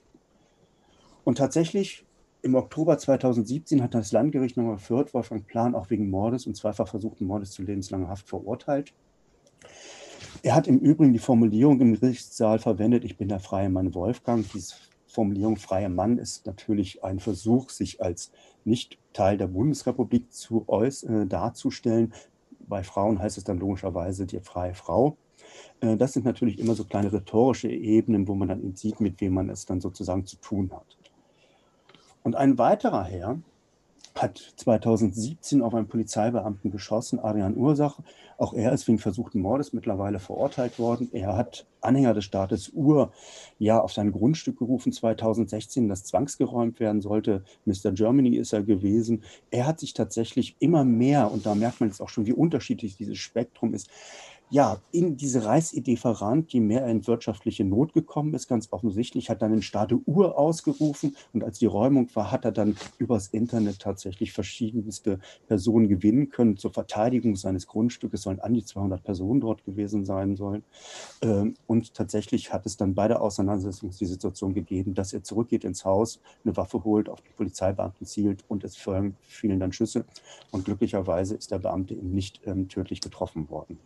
Und tatsächlich im Oktober zweitausendsiebzehn hat das Landgericht Nummer Fürth Wolfgang Plan auch wegen Mordes und zweifach versuchten Mordes zu lebenslanger Haft verurteilt. Er hat im Übrigen die Formulierung im Gerichtssaal verwendet, ich bin der freie Mann Wolfgang. Diese Formulierung freie Mann ist natürlich ein Versuch, sich als nicht Teil der Bundesrepublik zu äh, darzustellen. Bei Frauen heißt es dann logischerweise die freie Frau. Äh, das sind natürlich immer so kleine rhetorische Ebenen, wo man dann sieht, mit wem man es dann sozusagen zu tun hat. Und ein weiterer Herr hat zweitausendsiebzehn auf einen Polizeibeamten geschossen, Adrian Ursach. Auch er ist wegen versuchten Mordes mittlerweile verurteilt worden. Er hat Anhänger des Staates Ur ja auf sein Grundstück gerufen, zweitausendsechzehn, das zwangsgeräumt werden sollte. Mister Germany ist er gewesen. Er hat sich tatsächlich immer mehr, und da merkt man jetzt auch schon, wie unterschiedlich dieses Spektrum ist, ja, in diese Reichsidee verrannt, je mehr er in wirtschaftliche Not gekommen ist, ganz offensichtlich, hat dann den Staat der Uhr ausgerufen und als die Räumung war, hat er dann übers Internet tatsächlich verschiedenste Personen gewinnen können. Zur Verteidigung seines Grundstückes sollen an die zweihundert Personen dort gewesen sein sollen. Ähm, Und tatsächlich hat es dann bei der Auseinandersetzung die Situation gegeben, dass er zurückgeht ins Haus, eine Waffe holt, auf die Polizeibeamten zielt und es folgen- fielen dann Schüsse. Und glücklicherweise ist der Beamte eben nicht ähm, tödlich getroffen worden.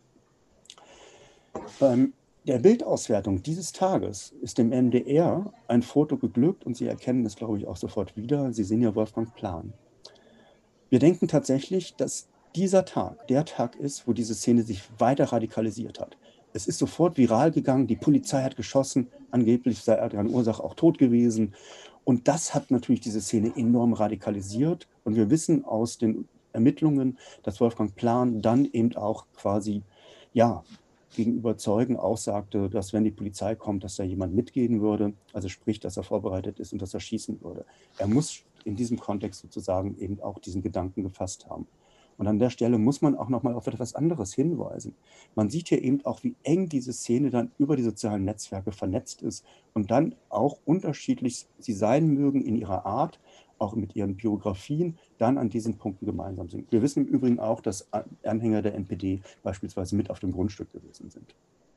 Beim der Bildauswertung dieses Tages ist dem M D R ein Foto geglückt und Sie erkennen es, glaube ich, auch sofort wieder. Sie sehen ja Wolfgang Plan. Wir denken tatsächlich, dass dieser Tag der Tag ist, wo diese Szene sich weiter radikalisiert hat. Es ist sofort viral gegangen, die Polizei hat geschossen, angeblich sei Adrian Ursach auch tot gewesen. Und das hat natürlich diese Szene enorm radikalisiert. Und wir wissen aus den Ermittlungen, dass Wolfgang Plan dann eben auch quasi, ja, gegenüber Zeugen aussagte, dass wenn die Polizei kommt, dass da jemand mitgehen würde, also sprich, dass er vorbereitet ist und dass er schießen würde. Er muss in diesem Kontext sozusagen eben auch diesen Gedanken gefasst haben. Und an der Stelle muss man auch nochmal auf etwas anderes hinweisen. Man sieht hier eben auch, wie eng diese Szene dann über die sozialen Netzwerke vernetzt ist und dann auch unterschiedlich sie sein mögen in ihrer Art, auch mit ihren Biografien, dann an diesen Punkten gemeinsam sind. Wir wissen im Übrigen auch, dass Anhänger der N P D beispielsweise mit auf dem Grundstück gewesen sind.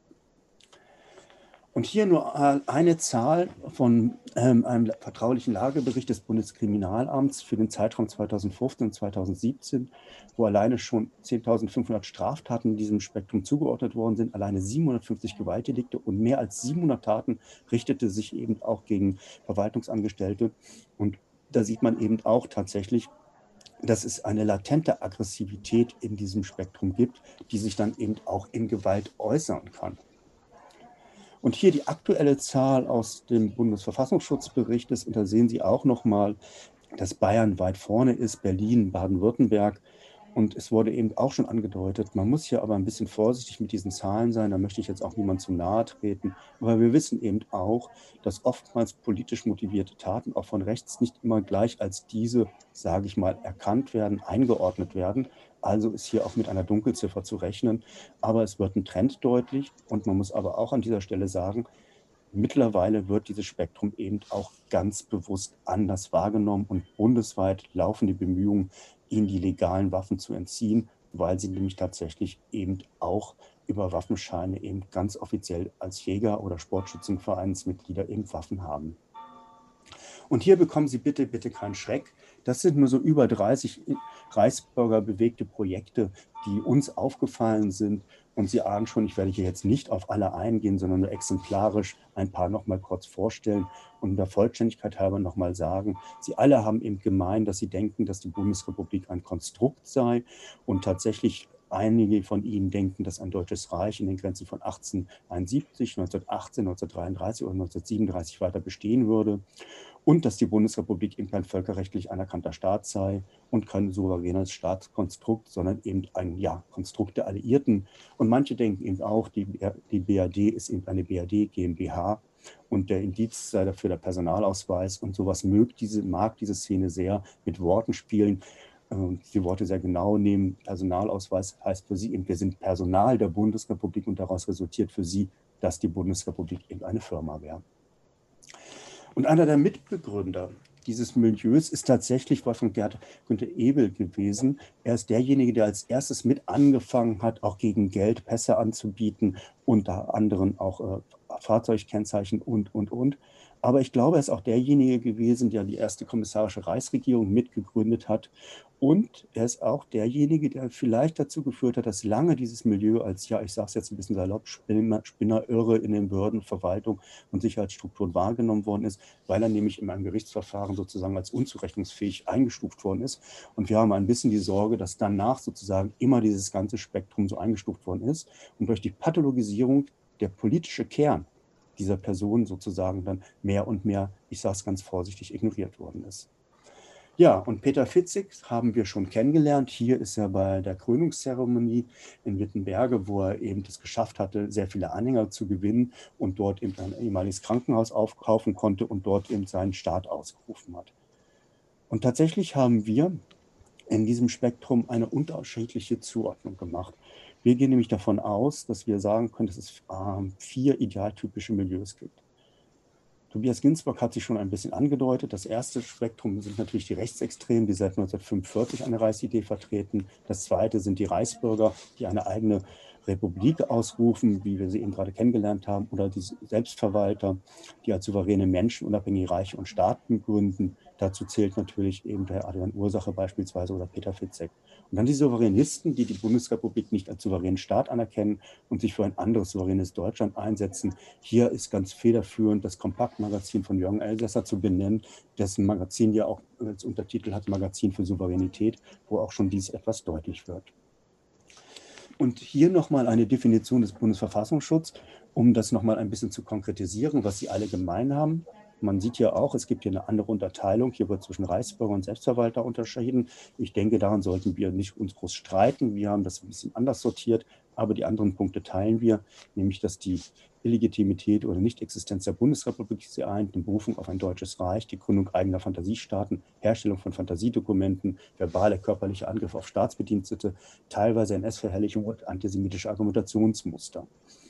Und hier nur eine Zahl von ähm, einem vertraulichen Lagebericht des Bundeskriminalamts für den Zeitraum zweitausendfünfzehn und zweitausendsiebzehn, wo alleine schon zehntausendfünfhundert Straftaten in diesem Spektrum zugeordnet worden sind, alleine siebenhundertfünfzig Gewaltdelikte und mehr als siebenhundert Taten richtete sich eben auch gegen Verwaltungsangestellte. Und da sieht man eben auch tatsächlich, dass es eine latente Aggressivität in diesem Spektrum gibt, die sich dann eben auch in Gewalt äußern kann. Und hier die aktuelle Zahl aus dem Bundesverfassungsschutzbericht ist, und da sehen Sie auch nochmal, dass Bayern weit vorne ist, Berlin, Baden-Württemberg. Und es wurde eben auch schon angedeutet, man muss hier aber ein bisschen vorsichtig mit diesen Zahlen sein, da möchte ich jetzt auch niemand zu nahe treten. Aber wir wissen eben auch, dass oftmals politisch motivierte Taten auch von rechts nicht immer gleich als diese, sage ich mal, erkannt werden, eingeordnet werden. Also ist hier auch mit einer Dunkelziffer zu rechnen. Aber es wird ein Trend deutlich und man muss aber auch an dieser Stelle sagen, mittlerweile wird dieses Spektrum eben auch ganz bewusst anders wahrgenommen und bundesweit laufen die Bemühungen, ihnen die legalen Waffen zu entziehen, weil sie nämlich tatsächlich eben auch über Waffenscheine eben ganz offiziell als Jäger- oder Sportschützenvereinsmitglieder eben Waffen haben. Und hier bekommen Sie bitte, bitte keinen Schreck. Das sind nur so über dreißig Reichsbürger bewegte Projekte, die uns aufgefallen sind. Und Sie ahnen schon, ich werde hier jetzt nicht auf alle eingehen, sondern nur exemplarisch ein paar noch mal kurz vorstellen und der Vollständigkeit halber noch mal sagen, Sie alle haben eben gemeint, dass Sie denken, dass die Bundesrepublik ein Konstrukt sei und tatsächlich einige von Ihnen denken, dass ein Deutsches Reich in den Grenzen von achtzehnhunderteinundsiebzig, neunzehnhundertachtzehn, neunzehnhundertdreiunddreißig oder neunzehnhundertsiebenunddreißig weiter bestehen würde. Und dass die Bundesrepublik eben kein völkerrechtlich anerkannter Staat sei und kein souveränes Staatskonstrukt, sondern eben ein ja, Konstrukt der Alliierten. Und manche denken eben auch, die, die B R D ist eben eine B R D GmbH und der Indiz sei dafür der Personalausweis und sowas mögt diese, mag diese Szene sehr mit Worten spielen. Die Worte sehr genau nehmen. Personalausweis heißt für sie eben, wir sind Personal der Bundesrepublik und daraus resultiert für sie, dass die Bundesrepublik eben eine Firma wäre. Und einer der Mitbegründer dieses Milieus ist tatsächlich Wolfgang Gerd Günther Ebel gewesen. Er ist derjenige, der als erstes mit angefangen hat, auch gegen Geld Pässe anzubieten, unter anderem auch äh, Fahrzeugkennzeichen und, und, und. Aber ich glaube, er ist auch derjenige gewesen, der die erste kommissarische Reichsregierung mitgegründet hat. Und er ist auch derjenige, der vielleicht dazu geführt hat, dass lange dieses Milieu als, ja, ich sage es jetzt ein bisschen salopp, Spinner, Spinner, Irre in den Behörden, Verwaltung und Sicherheitsstrukturen wahrgenommen worden ist, weil er nämlich in einem Gerichtsverfahren sozusagen als unzurechnungsfähig eingestuft worden ist. Und wir haben ein bisschen die Sorge, dass danach sozusagen immer dieses ganze Spektrum so eingestuft worden ist. Und durch die Pathologisierung der politische Kern dieser Person sozusagen dann mehr und mehr, ich sage es ganz vorsichtig, ignoriert worden ist. Ja, und Peter Fitzig haben wir schon kennengelernt. Hier ist er bei der Krönungszeremonie in Wittenberge, wo er eben es geschafft hatte, sehr viele Anhänger zu gewinnen und dort eben ein ehemaliges Krankenhaus aufkaufen konnte und dort eben seinen Staat ausgerufen hat. Und tatsächlich haben wir in diesem Spektrum eine unterschiedliche Zuordnung gemacht. Wir gehen nämlich davon aus, dass wir sagen können, dass es äh, vier idealtypische Milieus gibt. Tobias Ginsburg hat sich schon ein bisschen angedeutet. Das erste Spektrum sind natürlich die Rechtsextremen, die seit neunzehnhundertfünfundvierzig eine Reichsidee vertreten. Das zweite sind die Reichsbürger, die eine eigene Republik ausrufen, wie wir sie eben gerade kennengelernt haben, oder die Selbstverwalter, die als souveräne Menschen unabhängige Reiche und Staaten gründen. Dazu zählt natürlich eben der Adrian Ursache beispielsweise oder Peter Fitzek. Und dann die Souveränisten, die die Bundesrepublik nicht als souveränen Staat anerkennen und sich für ein anderes souveränes Deutschland einsetzen. Hier ist ganz federführend das Kompaktmagazin von Jürgen Elsässer zu benennen, dessen Magazin ja auch als Untertitel hat Magazin für Souveränität, wo auch schon dies etwas deutlich wird. Und hier nochmal eine Definition des Bundesverfassungsschutzes, um das nochmal ein bisschen zu konkretisieren, was sie alle gemein haben. Man sieht ja auch, es gibt hier eine andere Unterteilung. Hier wird zwischen Reichsbürger und Selbstverwalter unterschieden. Ich denke, daran sollten wir nicht uns groß streiten. Wir haben das ein bisschen anders sortiert, aber die anderen Punkte teilen wir, nämlich, dass die Illegitimität oder Nichtexistenz der Bundesrepublik sie eint, eine Berufung auf ein deutsches Reich, die Gründung eigener Fantasiestaaten, Herstellung von Fantasiedokumenten, verbale körperliche Angriffe auf Staatsbedienstete, teilweise N S-Verherrlichung und antisemitische Argumentationsmuster.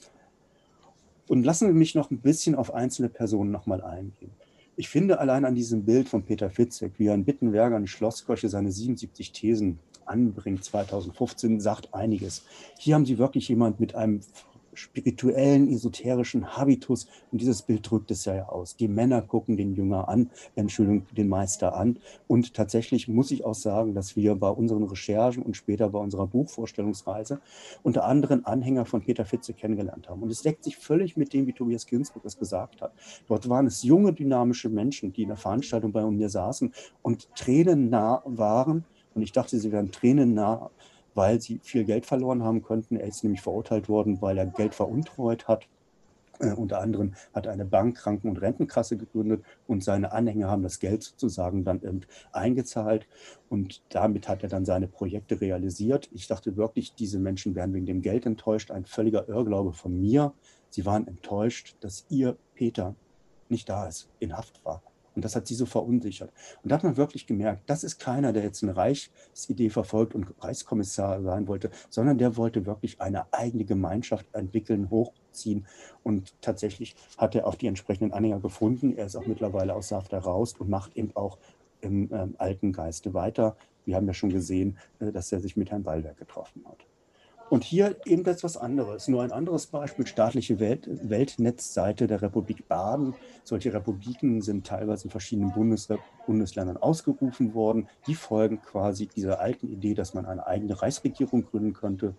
Und lassen Sie mich noch ein bisschen auf einzelne Personen nochmal eingehen. Ich finde allein an diesem Bild von Peter Fitzek, wie er in Bittenberger in Schlosskirche seine siebenundsiebzig Thesen anbringt, zweitausendfünfzehn, sagt einiges. Hier haben Sie wirklich jemand mit einem spirituellen, esoterischen Habitus und dieses Bild drückt es ja aus. Die Männer gucken den Jünger an, Entschuldigung, den Meister an und tatsächlich muss ich auch sagen, dass wir bei unseren Recherchen und später bei unserer Buchvorstellungsreise unter anderem Anhänger von Peter Fitzek kennengelernt haben und es deckt sich völlig mit dem, wie Tobias Ginsburg es gesagt hat. Dort waren es junge, dynamische Menschen, die in der Veranstaltung bei mir saßen und tränennah waren und ich dachte, sie wären tränennah, weil sie viel Geld verloren haben könnten. Er ist nämlich verurteilt worden, weil er Geld veruntreut hat. Äh, unter anderem hat er eine Bank, Kranken- und Rentenkasse gegründet und seine Anhänger haben das Geld sozusagen dann ähm, eingezahlt und damit hat er dann seine Projekte realisiert. Ich dachte wirklich, diese Menschen wären wegen dem Geld enttäuscht. Ein völliger Irrglaube von mir. Sie waren enttäuscht, dass ihr Peter nicht da ist, in Haft war. Und das hat sie so verunsichert. Und da hat man wirklich gemerkt, das ist keiner, der jetzt eine Reichsidee verfolgt und Reichskommissar sein wollte, sondern der wollte wirklich eine eigene Gemeinschaft entwickeln, hochziehen. Und tatsächlich hat er auch die entsprechenden Anhänger gefunden. Er ist auch mittlerweile aus Saft heraus und macht eben auch im ähm, alten Geiste weiter. Wir haben ja schon gesehen, äh, dass er sich mit Herrn Ballwerk getroffen hat. Und hier eben etwas anderes, nur ein anderes Beispiel, staatliche Welt, Weltnetzseite der Republik Baden. Solche Republiken sind teilweise in verschiedenen Bundes, Bundesländern ausgerufen worden. Die folgen quasi dieser alten Idee, dass man eine eigene Reichsregierung gründen könnte.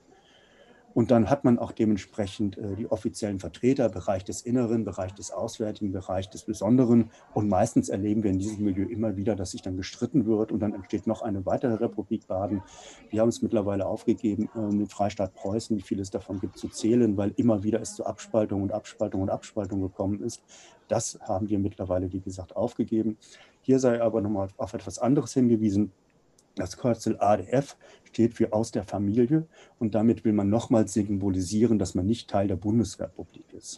Und dann hat man auch dementsprechend äh, die offiziellen Vertreter, Bereich des Inneren, Bereich des Auswärtigen, Bereich des Besonderen. Und meistens erleben wir in diesem Milieu immer wieder, dass sich dann gestritten wird und dann entsteht noch eine weitere Republik Baden. Wir haben es mittlerweile aufgegeben, äh, den Freistaat Preußen, wie viel es davon gibt, zu zählen, weil immer wieder es zu Abspaltung und Abspaltung und Abspaltung gekommen ist. Das haben wir mittlerweile, wie gesagt, aufgegeben. Hier sei aber nochmal auf etwas anderes hingewiesen. Das Kürzel A D F steht für aus der Familie und damit will man nochmals symbolisieren, dass man nicht Teil der Bundesrepublik ist.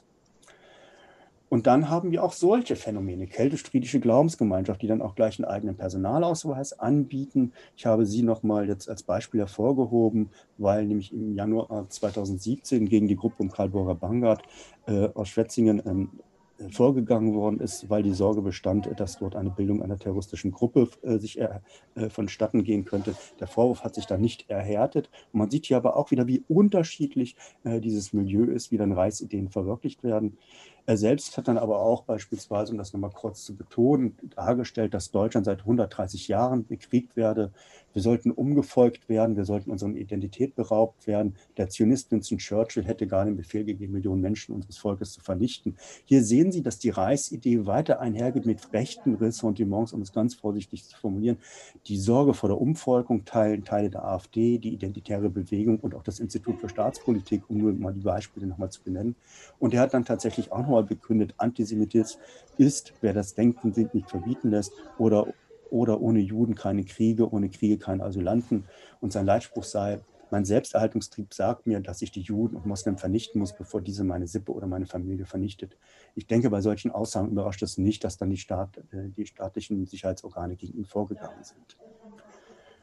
Und dann haben wir auch solche Phänomene, keltisch-friedische Glaubensgemeinschaft, die dann auch gleich einen eigenen Personalausweis anbieten. Ich habe sie nochmal jetzt als Beispiel hervorgehoben, weil nämlich im Januar zweitausendsiebzehn gegen die Gruppe um Karl Burger-Bangert äh, aus Schwetzingen ähm, vorgegangen worden ist, weil die Sorge bestand, dass dort eine Bildung einer terroristischen Gruppe äh, sich äh, vonstatten gehen könnte. Der Vorwurf hat sich da nicht erhärtet. Und man sieht hier aber auch wieder, wie unterschiedlich äh, dieses Milieu ist, wie dann Reichsideen verwirklicht werden. Er selbst hat dann aber auch beispielsweise, um das nochmal kurz zu betonen, dargestellt, dass Deutschland seit hundertdreißig Jahren bekriegt werde. Wir sollten umgefolgt werden, wir sollten unserer Identität beraubt werden. Der Zionist Winston Churchill hätte gar den Befehl gegeben, Millionen Menschen unseres Volkes zu vernichten. Hier sehen Sie, dass die Reichsidee weiter einhergeht mit rechten Ressentiments, um es ganz vorsichtig zu formulieren. Die Sorge vor der Umvolkung teilen Teile der AfD, die Identitäre Bewegung und auch das Institut für Staatspolitik, um nur mal die Beispiele nochmal zu benennen. Und er hat dann tatsächlich auch nochmal begründet, Antisemitismus ist, wer das Denken nicht verbieten lässt, oder, oder ohne Juden keine Kriege, ohne Kriege keine Asylanten. Und sein Leitspruch sei, mein Selbsterhaltungstrieb sagt mir, dass ich die Juden und Moslems vernichten muss, bevor diese meine Sippe oder meine Familie vernichtet. Ich denke, bei solchen Aussagen überrascht es nicht, dass dann die, Staat, die staatlichen Sicherheitsorgane gegen ihn vorgegangen sind.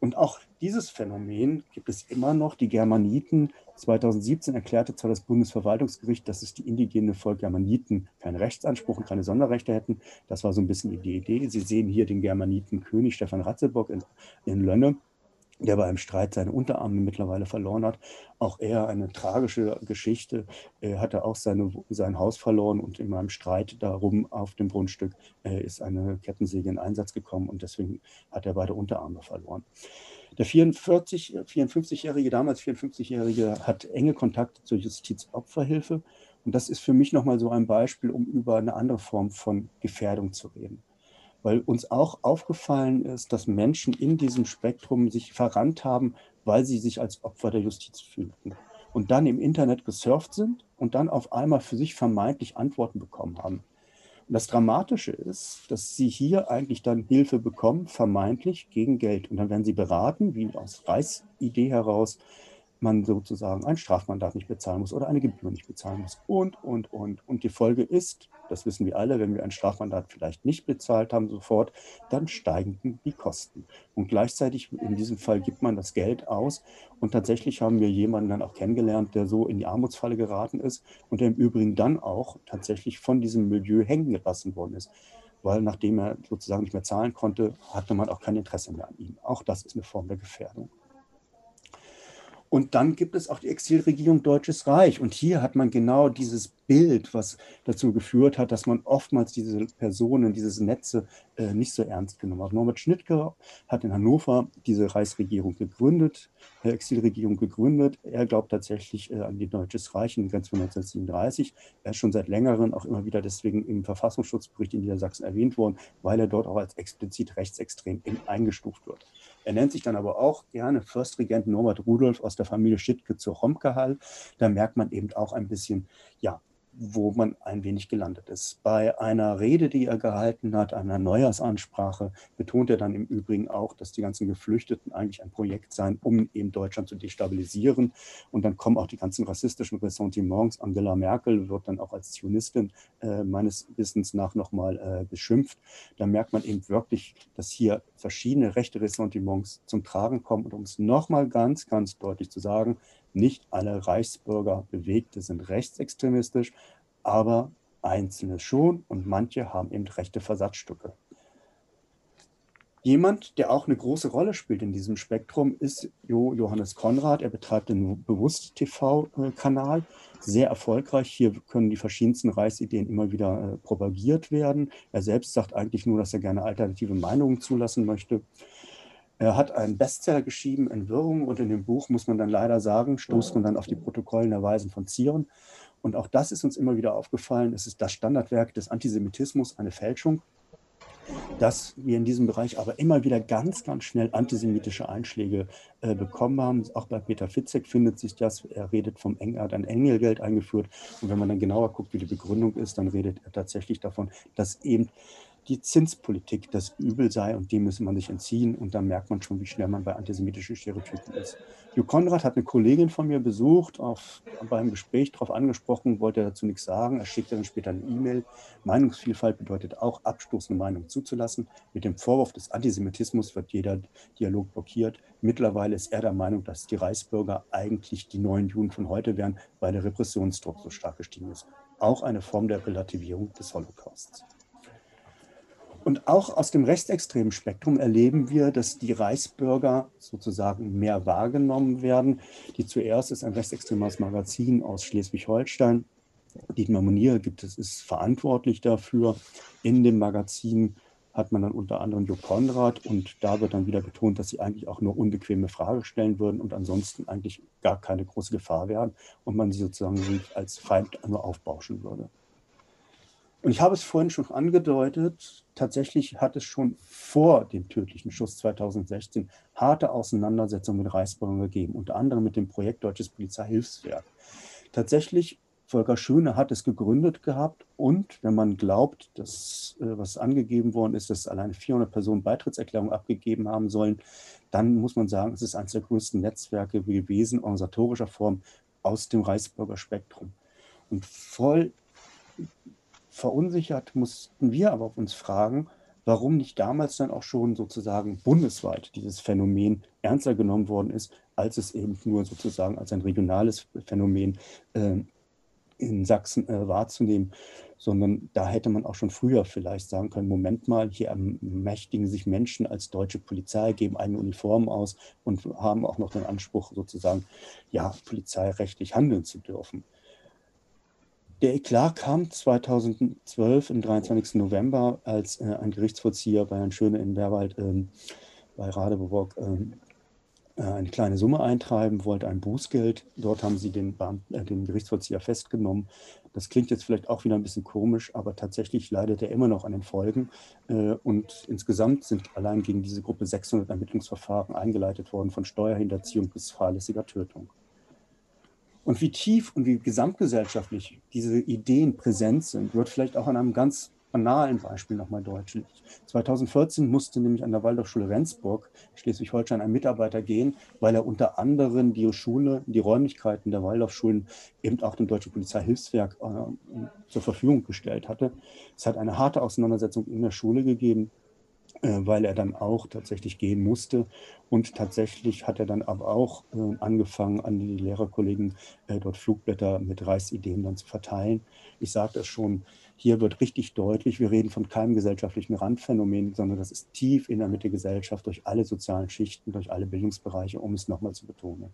Und auch dieses Phänomen gibt es immer noch. Die Germaniten, zweitausendsiebzehn erklärte zwar das Bundesverwaltungsgericht, dass es die indigene Volk Germaniten keinen Rechtsanspruch und keine Sonderrechte hätten. Das war so ein bisschen die Idee. Sie sehen hier den Germanitenkönig Stefan Ratzeburg in, in Lönne, der bei einem Streit seine Unterarme mittlerweile verloren hat. Auch er eine tragische Geschichte. Er hatte auch seine, sein Haus verloren und in einem Streit darum auf dem Grundstück äh, ist eine Kettensäge in Einsatz gekommen und deswegen hat er beide Unterarme verloren. Der vierundvierzig, vierundfünfzigjährige, damals vierundfünfzigjährige hat enge Kontakte zur Justizopferhilfe und das ist für mich nochmal so ein Beispiel, um über eine andere Form von Gefährdung zu reden. Weil uns auch aufgefallen ist, dass Menschen in diesem Spektrum sich verrannt haben, weil sie sich als Opfer der Justiz fühlten und dann im Internet gesurft sind und dann auf einmal für sich vermeintlich Antworten bekommen haben. Und das Dramatische ist, dass sie hier eigentlich dann Hilfe bekommen, vermeintlich gegen Geld. Und dann werden sie beraten, wie aus Reichsidee heraus, man sozusagen ein Strafmandat nicht bezahlen muss oder eine Gebühr nicht bezahlen muss und, und, und. Und die Folge ist, das wissen wir alle, wenn wir ein Strafmandat vielleicht nicht bezahlt haben sofort, dann steigen die Kosten. Und gleichzeitig, in diesem Fall, gibt man das Geld aus. Und tatsächlich haben wir jemanden dann auch kennengelernt, der so in die Armutsfalle geraten ist und der im Übrigen dann auch tatsächlich von diesem Milieu hängen gelassen worden ist. Weil nachdem er sozusagen nicht mehr zahlen konnte, hatte man auch kein Interesse mehr an ihm. Auch das ist eine Form der Gefährdung. Und dann gibt es auch die Exilregierung Deutsches Reich. Und hier hat man genau dieses Bild, was dazu geführt hat, dass man oftmals diese Personen, diese Netze äh, nicht so ernst genommen hat. Norbert Schnittke hat in Hannover diese Reichsregierung gegründet, äh, Exilregierung gegründet. Er glaubt tatsächlich äh, an die Deutsches Reich in Grenze von neunzehnhundertsiebenunddreißig. Er ist schon seit längerem auch immer wieder deswegen im Verfassungsschutzbericht in Niedersachsen erwähnt worden, weil er dort auch als explizit rechtsextrem eingestuft wird. Er nennt sich dann aber auch gerne Fürstregent Norbert Rudolf aus der Familie Schittke zu Romkehall. Da merkt man eben auch ein bisschen, ja, wo man ein wenig gelandet ist. Bei einer Rede, die er gehalten hat, einer Neujahrsansprache, betont er dann im Übrigen auch, dass die ganzen Geflüchteten eigentlich ein Projekt seien, um eben Deutschland zu destabilisieren. Und dann kommen auch die ganzen rassistischen Ressentiments. Angela Merkel wird dann auch als Zionistin äh, meines Wissens nach nochmal äh, beschimpft. Da merkt man eben wirklich, dass hier verschiedene rechte Ressentiments zum Tragen kommen. Und um es nochmal ganz, ganz deutlich zu sagen, nicht alle Reichsbürgerbewegte sind rechtsextremistisch, aber einzelne schon und manche haben eben rechte Versatzstücke. Jemand, der auch eine große Rolle spielt in diesem Spektrum, ist Jo Johannes Konrad. Er betreibt den Bewusst-T V-Kanal, sehr erfolgreich. Hier können die verschiedensten Reichsideen immer wieder äh, propagiert werden. Er selbst sagt eigentlich nur, dass er gerne alternative Meinungen zulassen möchte. Er hat einen Bestseller geschrieben, Entwirrung, und in dem Buch, muss man dann leider sagen, stoßt man dann auf die Protokollen der Weisen von Zion. Und auch das ist uns immer wieder aufgefallen. Es ist das Standardwerk des Antisemitismus, eine Fälschung, dass wir in diesem Bereich aber immer wieder ganz, ganz schnell antisemitische Einschläge äh, bekommen haben. Auch bei Peter Fitzek findet sich das. Er redet vom Engel, er hat ein Engelgeld eingeführt. Und wenn man dann genauer guckt, wie die Begründung ist, dann redet er tatsächlich davon, dass eben die Zinspolitik das Übel sei und dem müsse man sich entziehen. Und dann merkt man schon, wie schnell man bei antisemitischen Stereotypen ist. Jo Konrad hat eine Kollegin von mir besucht, auf, beim Gespräch darauf angesprochen, wollte dazu nichts sagen. Er schickte dann später eine E-Mail. Meinungsvielfalt bedeutet auch, abstoßende Meinungen zuzulassen. Mit dem Vorwurf des Antisemitismus wird jeder Dialog blockiert. Mittlerweile ist er der Meinung, dass die Reichsbürger eigentlich die neuen Juden von heute wären, weil der Repressionsdruck so stark gestiegen ist. Auch eine Form der Relativierung des Holocausts. Und auch aus dem rechtsextremen Spektrum erleben wir, dass die Reichsbürger sozusagen mehr wahrgenommen werden. Die Zuerst ist ein rechtsextremes Magazin aus Schleswig-Holstein. Dietmar Monier gibt es, ist verantwortlich dafür. In dem Magazin hat man dann unter anderem Jo Konrad und da wird dann wieder betont, dass sie eigentlich auch nur unbequeme Fragen stellen würden und ansonsten eigentlich gar keine große Gefahr wären und man sie sozusagen als Feind nur aufbauschen würde. Und ich habe es vorhin schon angedeutet, tatsächlich hat es schon vor dem tödlichen Schuss zweitausendsechzehn harte Auseinandersetzungen mit Reichsbürgern gegeben, unter anderem mit dem Projekt Deutsches Polizeihilfswerk. Tatsächlich, Volker Schöne hat es gegründet gehabt und wenn man glaubt, dass was angegeben worden ist, dass alleine vierhundert Personen Beitrittserklärungen abgegeben haben sollen, dann muss man sagen, es ist eines der größten Netzwerke gewesen, organisatorischer Form, aus dem Reichsbürgerspektrum. Und voll verunsichert mussten wir aber uns fragen, warum nicht damals dann auch schon sozusagen bundesweit dieses Phänomen ernster genommen worden ist, als es eben nur sozusagen als ein regionales Phänomen äh, in Sachsen äh, wahrzunehmen, sondern da hätte man auch schon früher vielleicht sagen können, Moment mal, hier ermächtigen sich Menschen als deutsche Polizei, geben eigene Uniformen aus und haben auch noch den Anspruch sozusagen, ja, polizeirechtlich handeln zu dürfen. Der Eklat kam zweitausendzwölf, am dreiundzwanzigsten November, als äh, ein Gerichtsvollzieher bei Herrn Schöne in Werwald ähm, bei Radebewock ähm, eine kleine Summe eintreiben, wollte ein Bußgeld. Dort haben sie den, Beamten, äh, den Gerichtsvollzieher festgenommen. Das klingt jetzt vielleicht auch wieder ein bisschen komisch, aber tatsächlich leidet er immer noch an den Folgen. Äh, und insgesamt sind allein gegen diese Gruppe sechshundert Ermittlungsverfahren eingeleitet worden, von Steuerhinterziehung bis fahrlässiger Tötung. Und wie tief und wie gesamtgesellschaftlich diese Ideen präsent sind, wird vielleicht auch an einem ganz banalen Beispiel nochmal deutlich. zweitausendvierzehn musste nämlich an der Waldorfschule Rendsburg, Schleswig-Holstein, ein Mitarbeiter gehen, weil er unter anderem die Schule, die Räumlichkeiten der Waldorfschulen eben auch dem Deutschen Polizeihilfswerk äh, zur Verfügung gestellt hatte. Es hat eine harte Auseinandersetzung in der Schule gegeben, weil er dann auch tatsächlich gehen musste. Und tatsächlich hat er dann aber auch äh, angefangen, an die Lehrerkollegen äh, dort Flugblätter mit Reichsideen dann zu verteilen. Ich sagte es schon, hier wird richtig deutlich, wir reden von keinem gesellschaftlichen Randphänomen, sondern das ist tief in der Mitte der Gesellschaft, durch alle sozialen Schichten, durch alle Bildungsbereiche, um es nochmal zu betonen.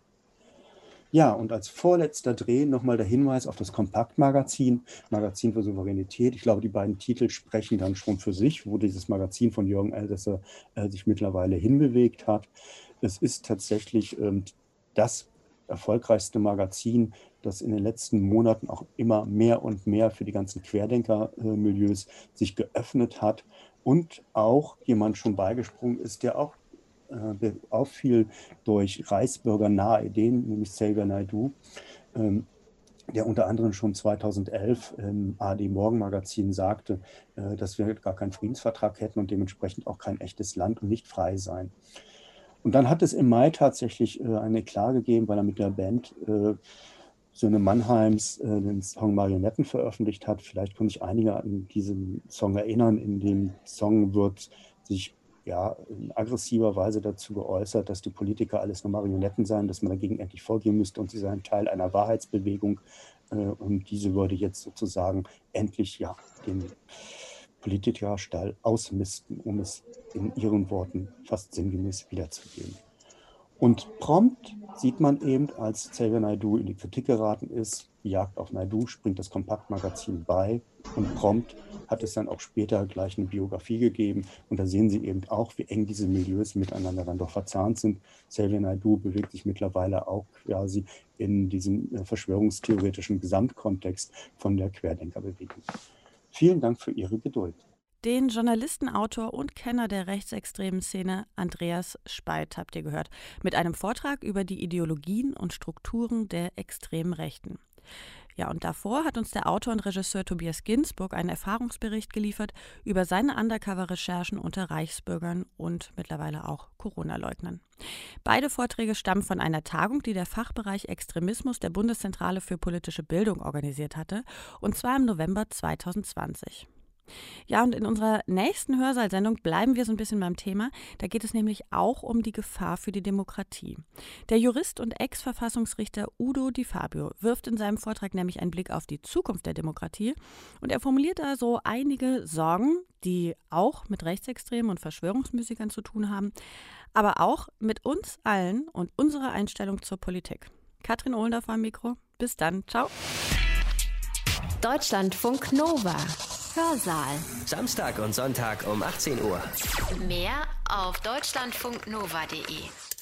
Ja, und als vorletzter Dreh nochmal der Hinweis auf das Kompaktmagazin, Magazin für Souveränität. Ich glaube, die beiden Titel sprechen dann schon für sich, wo dieses Magazin von Jürgen Elsässer äh, sich mittlerweile hinbewegt hat. Es ist tatsächlich ähm, das erfolgreichste Magazin, das in den letzten Monaten auch immer mehr und mehr für die ganzen Querdenker-Milieus äh, sich geöffnet hat und auch jemand schon beigesprungen ist, der auch äh, auffiel durch reichsbürgernahe Ideen, nämlich Xavier Naidoo, ähm, der unter anderem schon zweitausendelf im A R D-Morgenmagazin sagte, äh, dass wir gar keinen Friedensvertrag hätten und dementsprechend auch kein echtes Land und nicht frei sein. Und dann hat es im Mai tatsächlich äh, eine Klage gegeben, weil er mit der Band äh, Söhne Mannheims äh, den Song Marionetten veröffentlicht hat. Vielleicht können sich einige an diesen Song erinnern. In dem Song wird sich ja, in aggressiver Weise dazu geäußert, dass die Politiker alles nur Marionetten seien, dass man dagegen endlich vorgehen müsste und sie seien Teil einer Wahrheitsbewegung. Äh, und diese würde jetzt sozusagen endlich ja, den Politikerstall ausmisten, um es in ihren Worten fast sinngemäß wiederzugeben. Und prompt sieht man eben, als Xavier Naidoo in die Kritik geraten ist, die Jagd auf Naidoo, springt das Kompaktmagazin bei und prompt hat es dann auch später gleich eine Biografie gegeben. Und da sehen Sie eben auch, wie eng diese Milieus miteinander dann doch verzahnt sind. Xavier Naidoo bewegt sich mittlerweile auch quasi in diesem verschwörungstheoretischen Gesamtkontext von der Querdenkerbewegung. Vielen Dank für Ihre Geduld. Den Journalisten, Autor und Kenner der rechtsextremen Szene Andreas Speit habt ihr gehört, mit einem Vortrag über die Ideologien und Strukturen der extremen Rechten. Ja, und davor hat uns der Autor und Regisseur Tobias Ginsburg einen Erfahrungsbericht geliefert über seine Undercover-Recherchen unter Reichsbürgern und mittlerweile auch Corona-Leugnern. Beide Vorträge stammen von einer Tagung, die der Fachbereich Extremismus der Bundeszentrale für politische Bildung organisiert hatte, und zwar im November zweitausendzwanzig. Ja, und in unserer nächsten Hörsaalsendung bleiben wir so ein bisschen beim Thema. Da geht es nämlich auch um die Gefahr für die Demokratie. Der Jurist und Ex-Verfassungsrichter Udo Di Fabio wirft in seinem Vortrag nämlich einen Blick auf die Zukunft der Demokratie und er formuliert da so einige Sorgen, die auch mit Rechtsextremen und Verschwörungsmusikern zu tun haben, aber auch mit uns allen und unserer Einstellung zur Politik. Katrin Ohlendorf am Mikro. Bis dann. Ciao. Deutschlandfunk Nova. Hörsaal. Samstag und Sonntag um achtzehn Uhr. Mehr auf deutschlandfunknova punkt de.